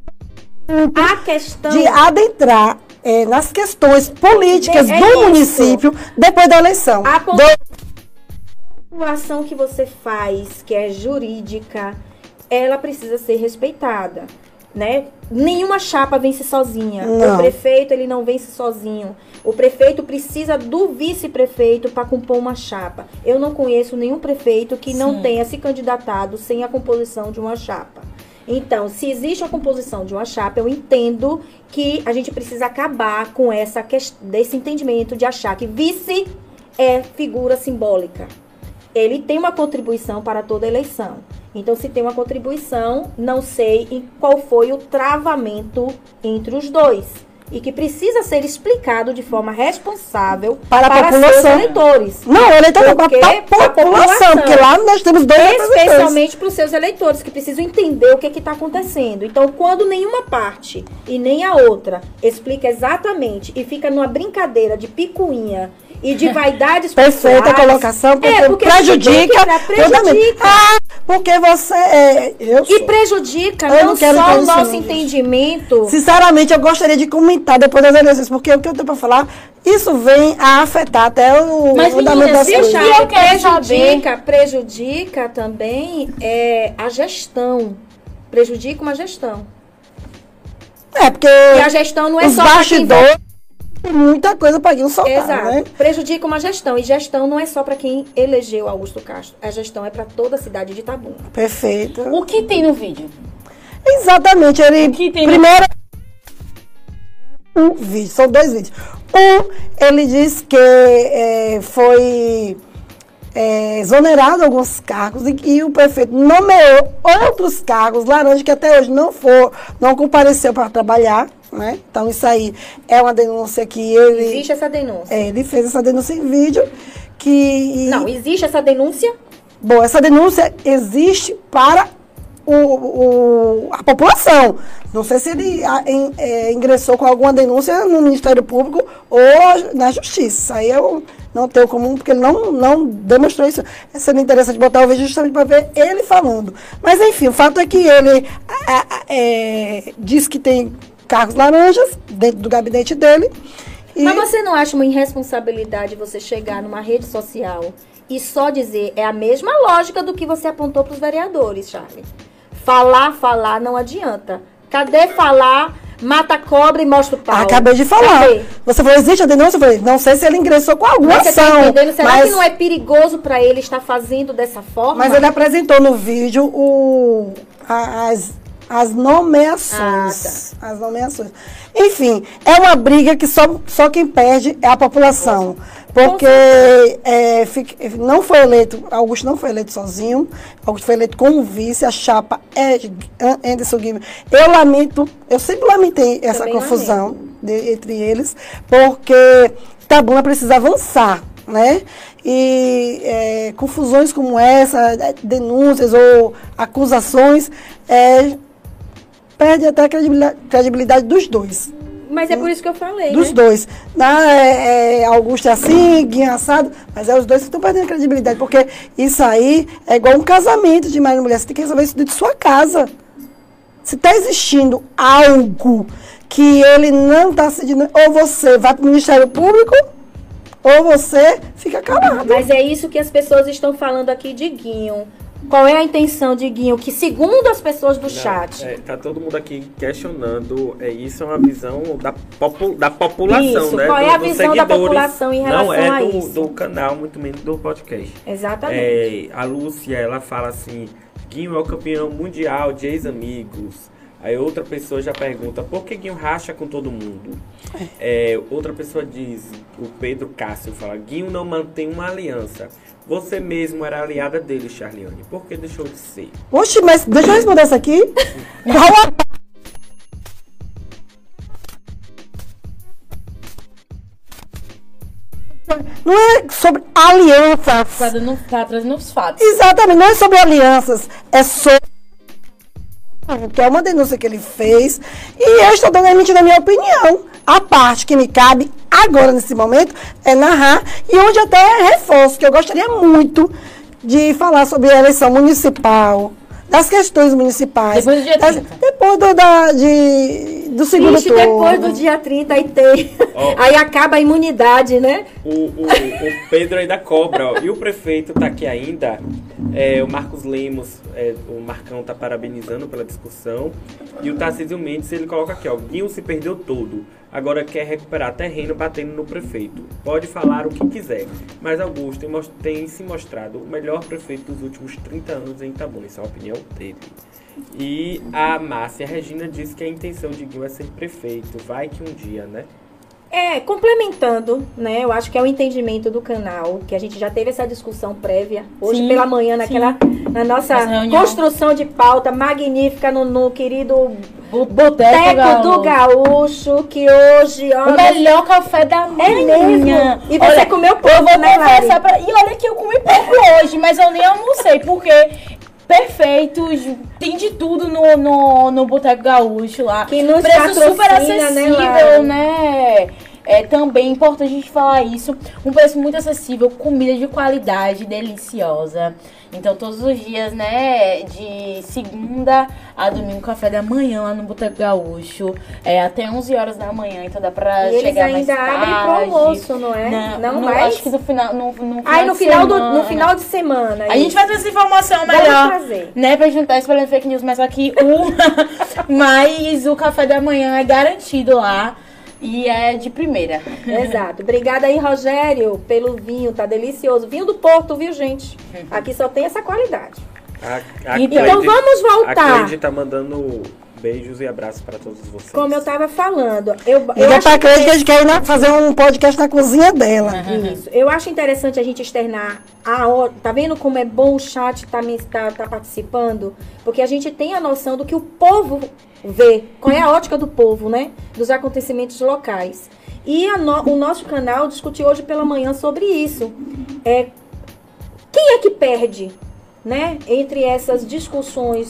A questão de adentrar é, nas questões políticas de, é do isso. município depois da eleição. A do... população que você faz, que é jurídica, ela precisa ser respeitada, né? Nenhuma chapa vence sozinha. Não. O prefeito, ele não vence sozinho. O prefeito precisa do vice-prefeito para compor uma chapa. Eu não conheço nenhum prefeito que Sim. não tenha se candidatado sem a composição de uma chapa. Então, se existe a composição de uma chapa, eu entendo que a gente precisa acabar com essa desse entendimento de achar que vice é figura simbólica. Ele tem uma contribuição para toda eleição. Então, se tem uma contribuição, não sei em qual foi o travamento entre os dois. E que precisa ser explicado de forma responsável para, para a população. Seus eleitores. Não, ele está para a população, porque lá nós temos dois especialmente para os seus eleitores, que precisam entender o que está acontecendo. Então, quando nenhuma parte e nem a outra explica exatamente e fica numa brincadeira de picuinha e de vaidades Perfeita pessoais, colocação, porque, é, porque prejudica. prejudica. Ah, porque você é, eu E prejudica eu não, não só o nosso entendimento. Sinceramente, eu gostaria de comentar depois das eleições, porque o que eu tenho para falar, isso vem a afetar até o Mas, fundamento das coisas. Mas, prejudica, prejudica também é, a gestão. Prejudica uma gestão. É, porque e a gestão não é os só bastidores. Muita coisa para Guinho soltar, Exato. Né? Prejudica uma gestão. E gestão não é só para quem elegeu Augusto Castro. A gestão é para toda a cidade de Itabuna. Perfeito. O que tem no vídeo? Exatamente. Ele, o que tem primeiro, no... um vídeo. São dois vídeos. Um, ele diz que é, foi é, exonerado alguns cargos e, e o prefeito nomeou outros cargos, laranja, que até hoje não, for, não compareceu para trabalhar. Né? Então, isso aí é uma denúncia que ele... Existe essa denúncia? É, ele fez essa denúncia em vídeo que... Não, existe essa denúncia? Bom, essa denúncia existe para o, o, a população. Não sei se ele a, em, é, ingressou com alguma denúncia no Ministério Público ou na Justiça. Aí eu não tenho comum, porque ele não, não demonstrou isso. Seria interessante botar o vídeo justamente para ver ele falando. Mas, enfim, o fato é que ele a, a, é, diz que tem cargos laranjas dentro do gabinete dele. E... Mas você não acha uma irresponsabilidade você chegar numa rede social e só dizer, é a mesma lógica do que você apontou para os vereadores, Charlie. Falar, falar não adianta. Cadê falar, mata a cobra e mostra o pau? Acabei de falar. Cadê? Você falou, existe a denúncia? Eu falei, não sei se ele ingressou com alguma mas ação. Você tá entendendo? Será mas... que não é perigoso para ele estar fazendo dessa forma? Mas ele apresentou no vídeo o, a, as, as nomeações. Ah, tá. As nomeações. Enfim, é uma briga que só, só quem perde é a população. Porque é, fica, não foi eleito, Augusto não foi eleito sozinho, Augusto foi eleito com um vice, a chapa é Anderson Guimarães. Eu lamento, eu sempre lamentei essa Também confusão de, entre eles, porque Itabuna precisa avançar, né? E é, confusões como essa, denúncias ou acusações, é, perde até a credibilidade, credibilidade dos dois. Mas é por isso que eu falei, Dos né? dois. Na, é, é, Augusto é assim, Guinha assado, mas é os dois que estão perdendo a credibilidade, porque isso aí é igual um casamento de marido e mulher. Você tem que resolver isso dentro de sua casa. Se está existindo algo que ele não está seguindo, ou você vai para o Ministério Público, ou você fica calado. Mas é isso que as pessoas estão falando aqui de Guinho. Qual é a intenção de Guinho? Que segundo as pessoas do Não, chat... É, tá todo mundo aqui questionando, é, isso é uma visão da, popu, da população, isso, né? Qual do, é a visão da população em relação não é a do, isso? do canal, muito menos do podcast. Exatamente. É, a Lúcia, ela fala assim, Guinho é o campeão mundial de ex-amigos. Aí outra pessoa já pergunta, por que Guinho racha com todo mundo? É, outra pessoa diz, o Pedro Cássio fala, Guinho não mantém uma aliança. Você mesmo era aliada dele, Charliane. Por que deixou de ser? Oxe, mas deixa eu responder essa aqui. Qual a... Não é sobre alianças. Tá, dando, tá trazendo os fatos. Exatamente, não é sobre alianças. É sobre... que é uma denúncia que ele fez. E eu estou dando emitindo a minha opinião. A parte que me cabe agora, nesse momento, é narrar. E onde até reforço, que eu gostaria muito de falar sobre a eleição municipal, das questões municipais. Depois do dia trinta. Das, depois do, da, de, do segundo Ixi, turno. depois do dia trinta aí tem. Oh. Aí acaba a imunidade, né? O, o, o Pedro ainda cobra, ó. E o prefeito tá aqui ainda. É, o Marcos Lemos, é, o Marcão tá parabenizando pela discussão. E o Tarcísio Mendes, ele coloca aqui, ó. Guinho se perdeu todo. Agora quer recuperar terreno batendo no prefeito. Pode falar o que quiser, mas Augusto tem se mostrado o melhor prefeito dos últimos trinta anos em Itabuna. Essa é a opinião dele. E a Márcia Regina disse que a intenção de Guinho é ser prefeito. Vai que um dia, né? É, complementando, né? Eu acho que é o entendimento do canal, que a gente já teve essa discussão prévia hoje Sim, pela manhã, naquela, na nossa construção de pauta magnífica no, no querido Boteco do Gaúcho, que hoje... Olha, o melhor café da manhã. É mesmo. E você olha, comeu pouco, eu vou né, confessar pra... E olha que eu comi pouco hoje, mas eu nem almocei, porque... Perfeitos, tem de tudo no, no, no Boteco Gaúcho lá. Que nos preço super acessível, né? né? É também importante a gente falar isso. Um preço muito acessível, comida de qualidade, deliciosa. Então, todos os dias, né, de segunda a domingo, café da manhã lá no Boteco Gaúcho. É até onze horas da manhã, então dá pra e chegar eles mais ainda tarde. abrem pro almoço, não é? Não, não no, mais? acho que no final, no, no final Ai, no de final, semana. do, no final de semana. A gente vai ter essa informação Vamos melhor, trazer. né, pra gente não estar espalhando fake news, mas aqui o... mas o café da manhã é garantido lá. E é de primeira. Exato. Obrigada aí, Rogério, pelo vinho. Tá delicioso. Vinho do Porto, viu, gente? Aqui só tem essa qualidade. A, a então Cleide, vamos voltar. A Cleide tá mandando beijos e abraços para todos vocês. Como eu tava falando. Eu, eu Liga pra Cleide que a que... gente quer ir na, fazer um podcast na cozinha dela. Uhum. Isso. Eu acho interessante a gente externar a hora. Tá vendo como é bom o chat tá, tá, tá participando? Porque a gente tem a noção do que o povo vê. Qual é a ótica do povo, né? Dos acontecimentos locais. E a no, o nosso canal discutiu hoje pela manhã sobre isso. É, quem é que perde, né? Entre essas discussões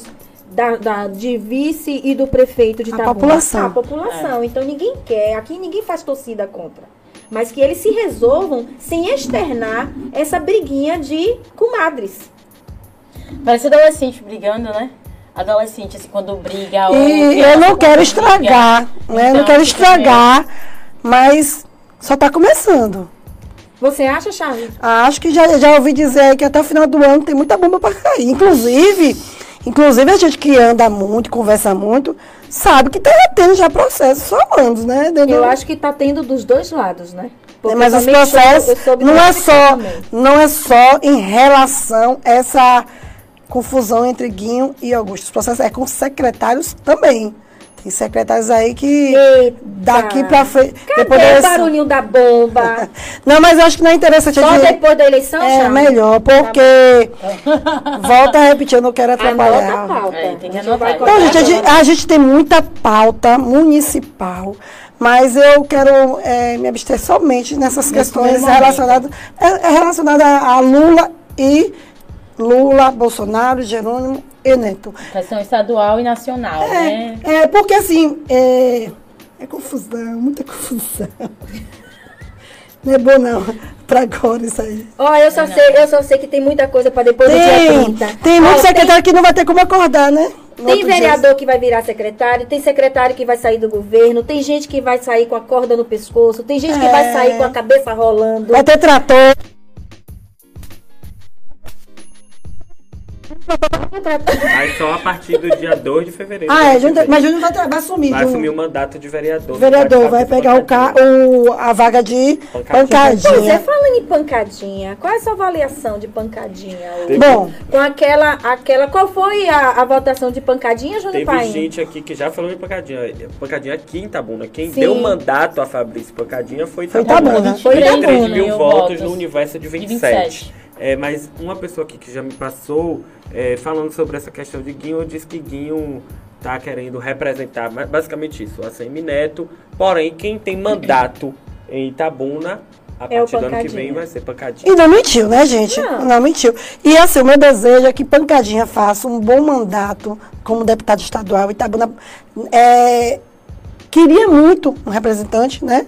da, da, de vice e do prefeito de A Itabuna? população. A população. Então ninguém quer, aqui ninguém faz torcida contra. Mas que eles se resolvam sem externar essa briguinha de comadres. Parece adolescente brigando, né? Adolescente, assim, quando briga... ou E criança eu não quando quero briga. estragar, né? Eu não Então, quero fica estragar, mas só está começando. Você acha, Charles? Acho que já, já ouvi dizer aí que até o final do ano tem muita bomba para cair. Inclusive, inclusive a gente que anda muito, conversa muito, sabe que está tendo já processos somando, né? Dentro Eu do- acho que tá tendo dos dois lados, né? Porque Mas eu os também processos soube- eu soube não é notificar só também. não é só em relação a essa confusão entre Guinho e Augusto. Os processos é com secretários também. Tem secretários aí que Eita. daqui para frente. Cadê depois da o eleição- barulhinho da bomba? Não, mas eu acho que não é interessante. Só a gente- depois da eleição, É Charles? melhor, porque volta a repetir, eu não quero Anota a atrapalhar. pauta. É, tem que A gente vai anotar. Bom, colocar gente, a, gente, agora. a gente tem muita pauta municipal, mas eu quero é, me abster somente nessas questões primeiro momento. relacionadas é, é relacionada a Lula e Lula, Bolsonaro, Jerônimo e Neto. Questão estadual e nacional, né? É, é porque assim, é, é confusão, muita confusão. Não é bom não, pra agora isso aí. Ó, eu só sei, eu só sei que tem muita coisa pra depois do dia Tem, trinta. tem muito Ó, secretário que não vai ter como acordar, né? No Tem outro dia. vereador que vai virar secretário, tem secretário que vai sair do governo, tem gente que vai sair com a corda no pescoço, tem gente que É. vai sair com a cabeça rolando. Vai ter trator. Mas só a partir do dia dois de fevereiro. Ah, é, vai Júnior, ser- mas Júnior vai, tra- vai assumir. vai Júnior. assumir o mandato de vereador. O vereador Não vai fazer pegar o ca, pancadinha. o, a vaga de Pancadinha. pancadinha. Pois é, falando em pancadinha, qual é a sua avaliação de pancadinha? Teve- Bom, Com aquela, aquela, qual foi a, a votação de pancadinha, Júnior Teve Paim? gente aqui que já falou em Pancadinha. Pancadinha aqui em Itabuna. Quem Sim. deu mandato a Fabrício Pancadinha foi Foi Itabuna. Itabuna. Foi vinte e três Itabuna, mil eu votos votos. no universo de De vinte e sete. vinte e sete. É, mas uma pessoa aqui que já me passou, é, falando sobre essa questão de Guinho, disse que Guinho tá querendo representar ba- basicamente isso, a Semineto. Porém, quem tem mandato em Itabuna, a É o partir do ano que Pancadinha. vem vai ser Pancadinha. e não mentiu, né, gente? Não. Não. mentiu. E assim, o meu desejo é que Pancadinha faça um bom mandato como deputado estadual. Itabuna é, queria muito um representante, né?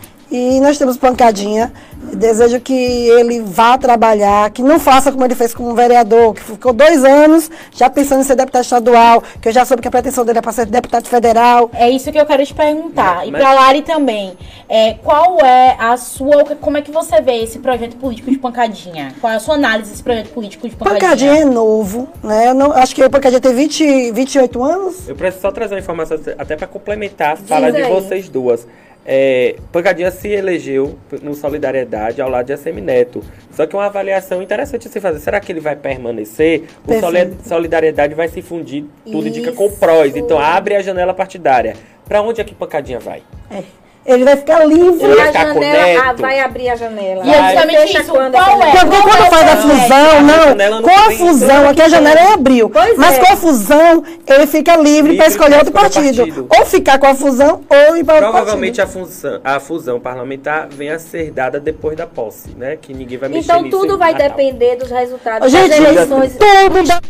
E nós temos Pancadinha. Desejo que ele vá trabalhar, que não faça como ele fez como vereador, que ficou dois anos já pensando em ser deputado estadual, que eu já soube que a pretensão dele é para ser deputado federal. É isso que eu quero te perguntar. E Mas- pra Lari também. É, qual é a sua. Como é que você vê esse projeto político de Pancadinha? Qual é a sua análise desse projeto político de Pancadinha? Pancadinha é novo, né? Eu não, acho que o Pancadinha tem vinte, vinte e oito anos. Eu preciso só trazer uma informação até para complementar a fala de aí. vocês duas. É, Pancadinha se elegeu no Solidariedade ao lado de Assemineto. Só que uma avaliação interessante a se fazer. Será que ele vai permanecer? O Perfeito. Soli- Solidariedade vai se fundir, tudo indica, com o Isso. prós. Então abre a janela partidária. Para onde é que Pancadinha vai? É. Ele vai ficar livre. Ele vai a ficar com janela, Neto. ah, vai abrir a janela. E é justamente Fecha isso. quando Qual essa é? janela? Porque quando faz a fusão, A não, janela não com a tem- fusão, aqui a janela é abril. Pois mas é. com a fusão, ele fica livre, Livre para escolher pra outro escolher partido. partido. Ou ficar com a fusão, ou ir para outro Provavelmente partido. a, função, a fusão parlamentar venha a ser dada depois da posse, né? Que ninguém vai mexer Então nisso tudo em vai Natal. depender dos resultados Gente, das eleições. tudo dá-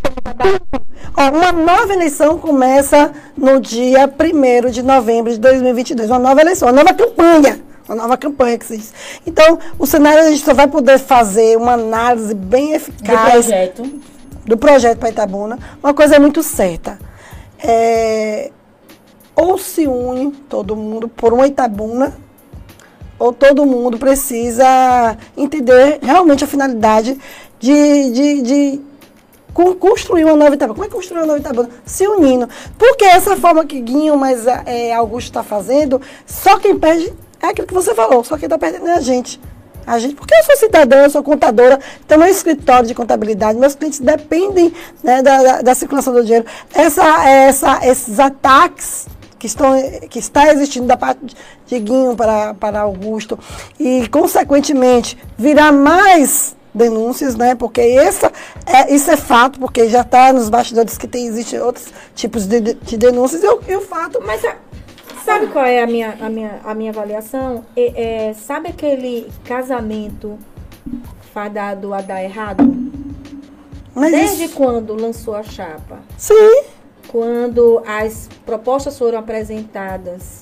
Ó, uma nova eleição começa no dia primeiro de novembro de dois mil e vinte e dois. Uma nova eleição, uma nova campanha. Uma nova campanha que se diz. Então, o cenário a gente só vai poder fazer uma análise bem Do eficaz projeto. do projeto para Itabuna. Uma coisa é muito certa. É, ou se une todo mundo por uma Itabuna, ou todo mundo precisa entender realmente a finalidade de, de, de con- construir uma nova Itabuna. Como é que construir uma nova Itabuna? Se unindo. Porque essa forma que Guinho, mas é, Augusto está fazendo, só quem perde é aquilo que você falou, só quem está perdendo é a gente. A gente, porque eu sou cidadã, eu sou contadora, tenho meu escritório de contabilidade, meus clientes dependem, né, da, da, da circulação do dinheiro. Essa, essa, esses ataques que, estão, que está existindo da parte de Guinho para, para Augusto e, consequentemente, virá mais denúncias, né? Porque essa, é, isso é fato, porque já está nos bastidores que tem, existem outros tipos de, de denúncias, e o, e o fato... Mas a- sabe qual é a minha, a minha, a minha avaliação? É, é, sabe aquele casamento fadado a dar errado? Mas Desde isso, quando lançou a chapa? sim, quando as propostas foram apresentadas,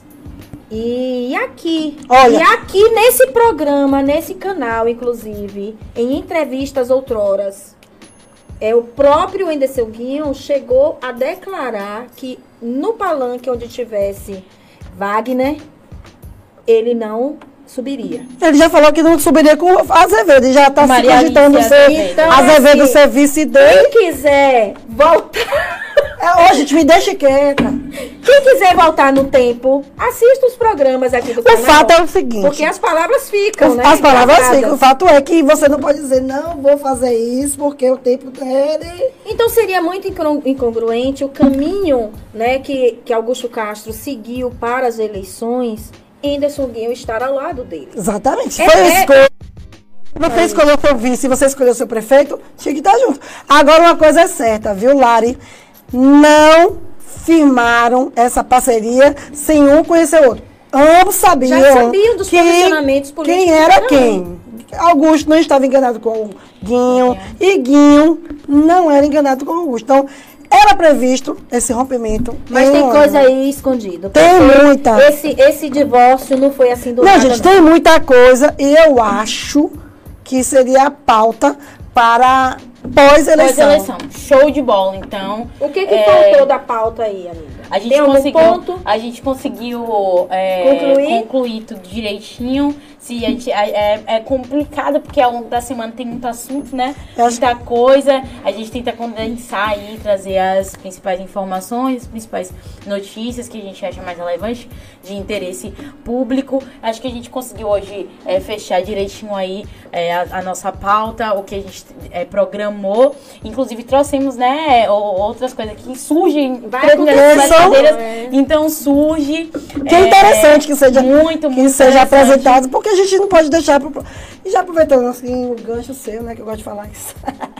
e aqui, Olha. e aqui nesse programa, nesse canal, inclusive, em entrevistas outroras, é, o próprio Wendesel Guion chegou a declarar que no palanque onde tivesse Wagner, ele não subiria. Ele já falou que não subiria com Azevedo, ele já está se Maria cogitando Alice ser Azevedo. Então, Azevedo assim, ser vice dele. Quem quiser voltar, É, ô, gente, me deixa quieta. quem quiser voltar no tempo, assista os programas aqui do O canal. fato é o seguinte. Porque as palavras ficam, né? As palavras gravadas. ficam. O fato é que você não pode dizer, não, vou fazer isso, porque o tempo dele. Então seria muito incongru- incongruente o caminho, né, que, que Augusto Castro seguiu para as eleições, Wendesel Guion estar ao lado dele. Exatamente. Se É, foi é- a escolha. Você escolheu seu vice, se você escolheu seu prefeito, tinha que estar junto. Agora, uma coisa é certa, viu, Lari? Não firmaram essa parceria sem um conhecer o outro. Ambos sabiam. Já sabiam dos que- posicionamentos políticos Quem de era cada um. quem. Augusto não estava enganado com o Guinho. E Guinho não era enganado com Augusto. Então, era previsto esse rompimento. Mas em tem um coisa ano. aí escondida. Tem porque muita. Esse, esse divórcio não foi assim do Não, nada. gente, tem muita coisa. E eu acho que seria a pauta para pós-eleição. Pós-eleição. Show de bola, então. O que, que É, faltou da pauta aí, amiga? A gente Tem algum conseguiu, ponto? a gente conseguiu é, Concluir? concluir tudo direitinho. Se a gente, é, é complicado, porque ao longo da semana tem muito assunto, né? Eu acho- Muita coisa. A gente tenta condensar aí, trazer as principais informações, as principais notícias que a gente acha mais relevante, de interesse público. Acho que a gente conseguiu hoje é, fechar direitinho aí é, a, a nossa pauta, o que a gente é, programou. Inclusive, trouxemos, né, o- outras coisas que surgem. Vai determinadas acontecer. brincadeiras. É. Então surge. Que é interessante que seja, muito, que muito seja interessante. apresentado, porque a gente não pode deixar. Pro, e já aproveitando assim, o gancho seu, né, que eu gosto de falar isso.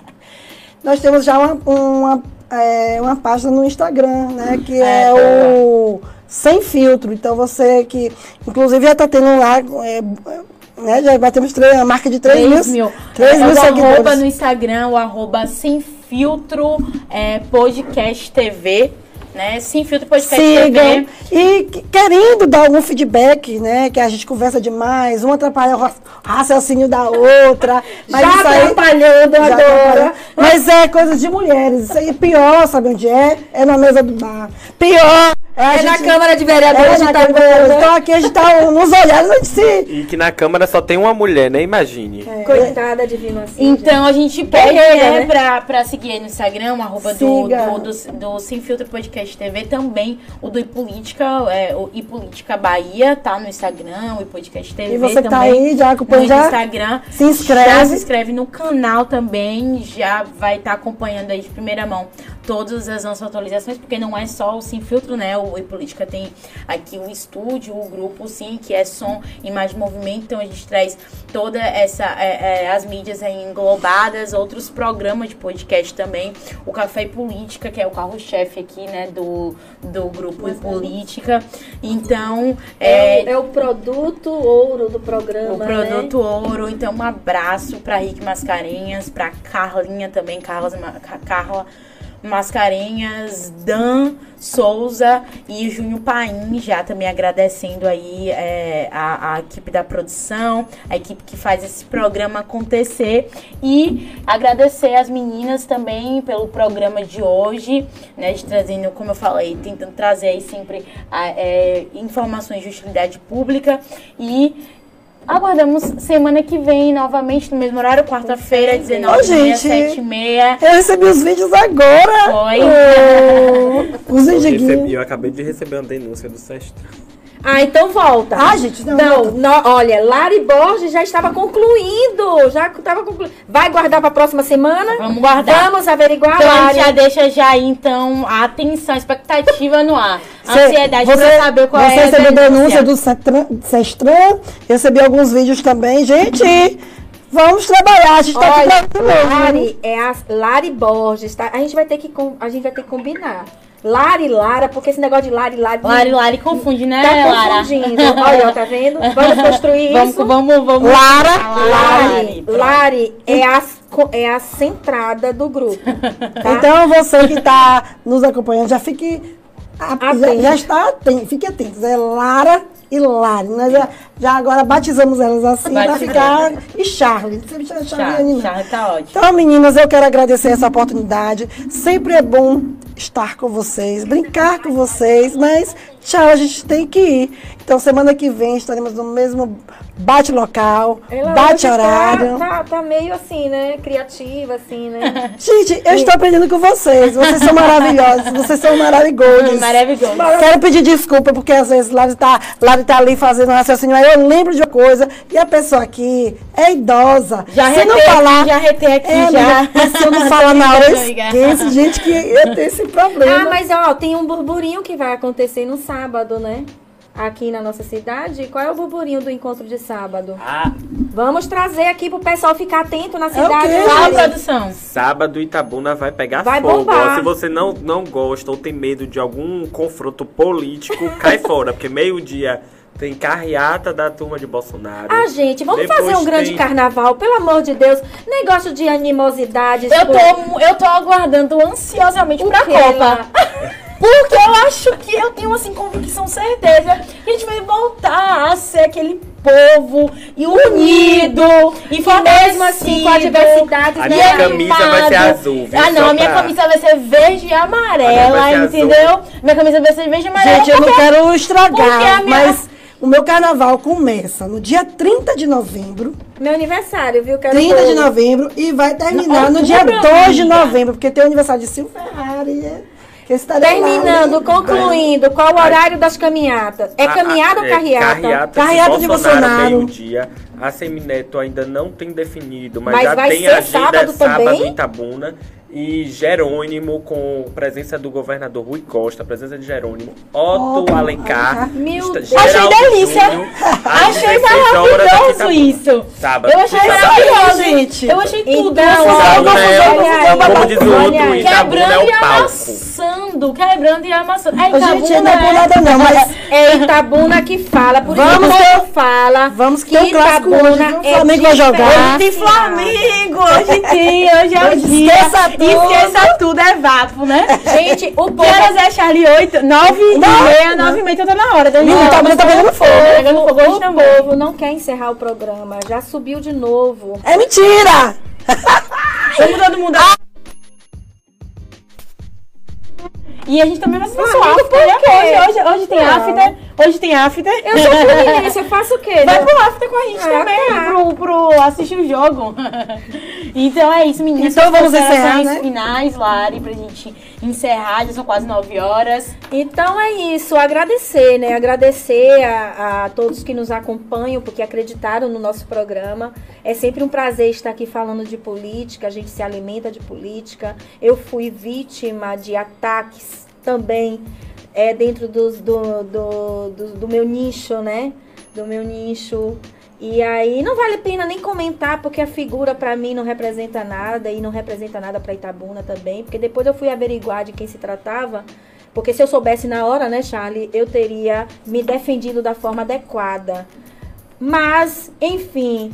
Nós temos já uma, uma, é, uma página no Instagram, né, que é, É, o Sem Filtro. Então você que, inclusive, já está tendo lá, é, né, já batemos três, a marca de três três mil, mil. três É, mil o arroba seguidores. no Instagram, o arroba sem filtro é, podcast T V, né? Sem filtro podcast Sigam. T V. E que- querendo dar algum feedback, né? Que a gente conversa demais, uma atrapalha o raci- raciocínio da outra. Mas Já isso aí- atrapalhando já agora. atrapalhou. Mas é coisa de mulheres. Isso aí é pior, sabe onde é? É na mesa do bar. Pior. É, a É na gente- Câmara de é Vereadores na de Câmara de Vereadores. Itabuna. Então aqui a gente tá nos olhares, a gente se... E que na Câmara só tem uma mulher, né? Imagine. É. Coitada de Vino assim. Então a gente pede, Guerreira, né, né? pra, pra seguir aí no Instagram, o arroba do, Siga. do, do, do Sem Filtro Podcast T V, também o do iPolítica, é, o iPolítica Bahia, tá no Instagram, o iPodcast T V E você que tá também. aí, já acompanha, no já Instagram. se inscreve. Já se inscreve no canal também, já vai estar acompanhando aí de primeira mão todas as nossas atualizações, porque não é só o Sem Filtro, né? O iPolítica tem aqui o estúdio, o grupo, sim, que é som, imagem e movimento, então a gente traz toda essa, é, é, as mídias aí englobadas, outros programas de podcast também, o Café e Política, que é o carro-chefe aqui, né, do, do grupo e Política. Então, É, é, o, é o produto ouro do programa, o produto ouro. Então, um abraço pra Rick Mascarenhas, pra Carlinha também, Carla, Carla Mascarenhas, Dan Souza e Júnior Paim, já também agradecendo aí é, a, a equipe da produção, a equipe que faz esse programa acontecer, e agradecer as meninas também pelo programa de hoje, né, de trazendo, como eu falei, tentando trazer aí sempre a, é, informações de utilidade pública, e aguardamos semana que vem, novamente, no mesmo horário, quarta-feira, dezenove e meia, Ô, gente. sete e meia. Eu recebi os vídeos agora. Foi. Oh, os Eu, indiguinhos. recebi, eu acabei de receber uma denúncia do Sexta. Ah, então volta. Ah, gente, não, Não, não. nó- olha, Lari Borges já estava concluindo. Já estava concluindo. Vai guardar para a próxima semana? Vamos guardar. Vamos averiguar, Então a Lari. gente já deixa já aí, então, a atenção, a expectativa no ar. A Cê- ansiedade você, pra saber qual você é a recebeu denúncia denúncia. do Cetran- Sestran, recebi alguns vídeos também. Gente, vamos trabalhar, a gente tá aqui Olha, pra novo. Lari é a Lari Borges, tá? A gente vai ter que com- a gente vai ter que combinar. Lari Lara, porque esse negócio de Lari Lari Lari, Lari, confunde, né, tá Lara? confundindo. Olha, ó, tá vendo? Vamos construir Vamos, isso. vamos, vamos. Lara, Lari, Lari é as co- é a centrada do grupo. Tá? Então, você que está nos acompanhando, já fique a- já, Atento. já está atento, fique atento. É Lara e Lari. Nós já, já agora batizamos elas assim para Batizamos. ficar. E Charlie. Sempre chama Charlie, não. Charlie tá ótimo. Então, meninas, eu quero agradecer essa oportunidade. Sempre é bom estar com vocês, brincar com vocês, mas tchau, a gente tem que ir. Então, semana que vem estaremos no mesmo bate-local, Ela hoje bate-horário. Tá, tá, tá meio assim, né? Criativa, assim, né? Gente, eu estou aprendendo com vocês. Vocês são maravilhosos, vocês são maravilhosos. Maravilhoso. Quero pedir desculpa, porque às vezes Lari tá, Lari tá ali fazendo um raciocínio, aí eu lembro de uma coisa, e a pessoa aqui é idosa. Já se não retei falar, aqui, já retei aqui, é, já. amiga, mas se eu não falar na hora, eu Amiga. esqueço. Gente, que eu tenho esse problema. Ah, mas ó, tem um burburinho que vai acontecer no sábado, né? Aqui na nossa cidade. Qual é o burburinho do encontro de sábado? Ah, Vamos trazer aqui pro pessoal ficar atento na o cidade. quê? Fala, Lari. produção. sábado Itabuna vai pegar Vai fogo. bombar. Ó, se você não, não gosta ou tem medo de algum confronto político, cai fora. Porque meio-dia tem carreata da turma de Bolsonaro. Ah, gente, vamos Depois fazer um grande tem- carnaval, pelo amor de Deus. Negócio de animosidade. Eu tô, eu tô aguardando ansiosamente O pra quê, Copa. Lá? Porque eu acho que eu tenho assim convicção, certeza, que a gente vai voltar a ser aquele povo e unido e mesmo assim, com a diversidade, A né? minha camisa vai ser azul, viu? Ah, não, Só a minha pra- camisa vai ser verde e A minha amarela, vai ser azul. entendeu? Minha camisa vai ser verde e amarela. Gente, eu não porque- quero porque a estragar, minha- mas o meu carnaval começa no dia trinta de novembro. Meu aniversário, viu? Quero trinta de bolo. novembro e vai terminar Não, no dia outubro, dois de amiga. novembro, porque tem o aniversário de Silvio Ferrari. é, Que eu estarei lá, Terminando, né? concluindo, qual o horário das caminhadas? É A- caminhada a- ou carreata? Carreata, Carreata de Bolsonaro. meio-dia. A Semineto ainda não tem definido, mas, Mas já vai tem ser agenda sábado também? em Itabuna. E Jerônimo, com presença do governador Rui Costa, presença de Jerônimo, Otto Otto Alencar. Alencar. Meu Esta- Deus. Achei Geraldo delícia. Júnior, às Achei dezesseis horas aqui em maravilhoso Itabuna. isso. Sábado. Eu achei Sábado. maravilhoso, gente. Eu achei tudo. Então, assim, olha Itabuna é- aí, olha aí, como diz o olha outro, aí. Itabuna é Quebrando e o palco. amassando, quebrando e amassando. Ai, Ô, gente, não é por nada não, mas É Itabuna que fala, por isso Vamos que ter- eu fala vamos que que tem um clássico hoje, Itabuna viu? O é Flamengo vai jogar. diferenciado. Tem Flamengo, hoje tem, hoje é o Hoje dia. esqueça tudo. Esqueça tudo, é vapo, né? Gente, o Que povo horas é, Charlie? oito, nove e meia, nove e meia, então tá na hora. Menino, o Itabuna tá pegando fogo. Tá pegando fogo hoje o também. povo não quer encerrar o programa, já subiu de novo. é mentira! Vamos todo mundo. E a gente também vai ser nosso Flamengo after, por né? quê? Hoje, hoje, hoje tem Não. after. Hoje tem after. Eu sou fluminense, eu faço o quê? Vai né? pro after com a gente Ah, também, tá. pro, pro assistir o jogo. Então é isso, meninas. Então vamos Considerações encerrar, né? finais, Lari, pra gente encerrar. Já são quase nove horas. Então é isso, agradecer, né? Agradecer a, a todos que nos acompanham, porque acreditaram no nosso programa. É sempre um prazer estar aqui falando de política, a gente se alimenta de política. Eu fui vítima de ataques também é, dentro dos, do, do, do, do meu nicho, né? Do meu nicho. E aí não vale a pena nem comentar, porque a figura pra mim não representa nada e não representa nada pra Itabuna também, porque depois eu fui averiguar de quem se tratava, porque se eu soubesse na hora, né, Charlie, eu teria me defendido da forma adequada. Mas, enfim,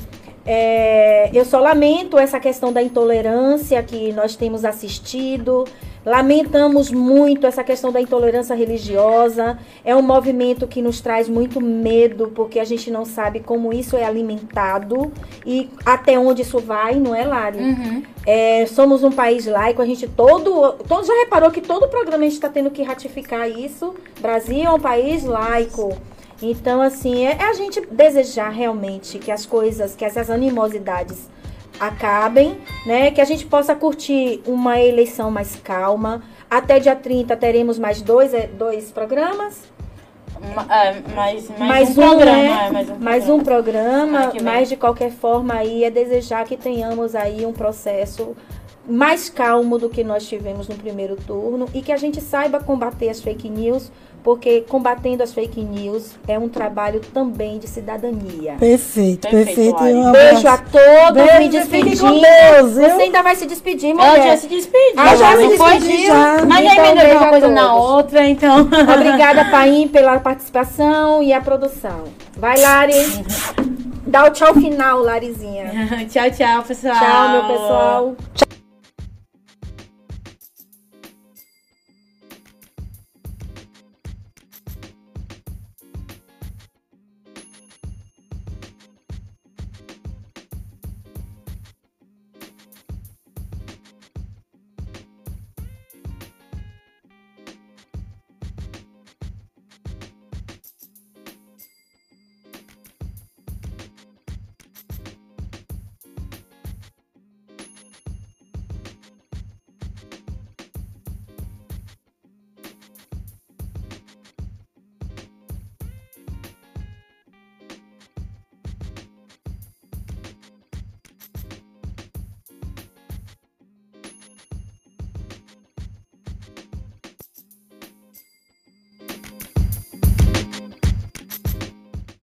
é, eu só lamento essa questão da intolerância que nós temos assistido. Lamentamos muito essa questão da intolerância religiosa. É um movimento que nos traz muito medo, porque a gente não sabe como isso é alimentado e até onde isso vai, não é, Lari? É, somos um país laico, a gente todo, todo já reparou que todo programa a gente está tendo que ratificar isso. Brasil é um país laico. Então, assim, é, é a gente desejar realmente que as coisas, que essas animosidades acabem, né? Que a gente possa curtir uma eleição mais calma. Até dia trinta teremos mais dois, eh, dois programas. Ma- é, mais, mais, Mais um, um, programa. né? é, mais um Mais programa. um programa, Semana que vem. mas de qualquer forma aí é desejar que tenhamos aí um processo mais calmo do que nós tivemos no primeiro turno e que a gente saiba combater as fake news, porque combatendo as fake news é um trabalho também de cidadania. Perfeito, Perfeito, perfeito. Lari. E um Beijo a abraço. todos, Beijo, me fique despedindo. com Deus, viu? Você ainda vai se despedir, Ela mulher? já se despediu. Ah, já não se foi? despediu? Já. Mas já Então, emendou beijo uma a coisa na todos. outra, então. Obrigada, Paim, pela participação e a produção. Vai, Lari. Dá o tchau final, Larizinha. Tchau, tchau, pessoal. Tchau, meu pessoal.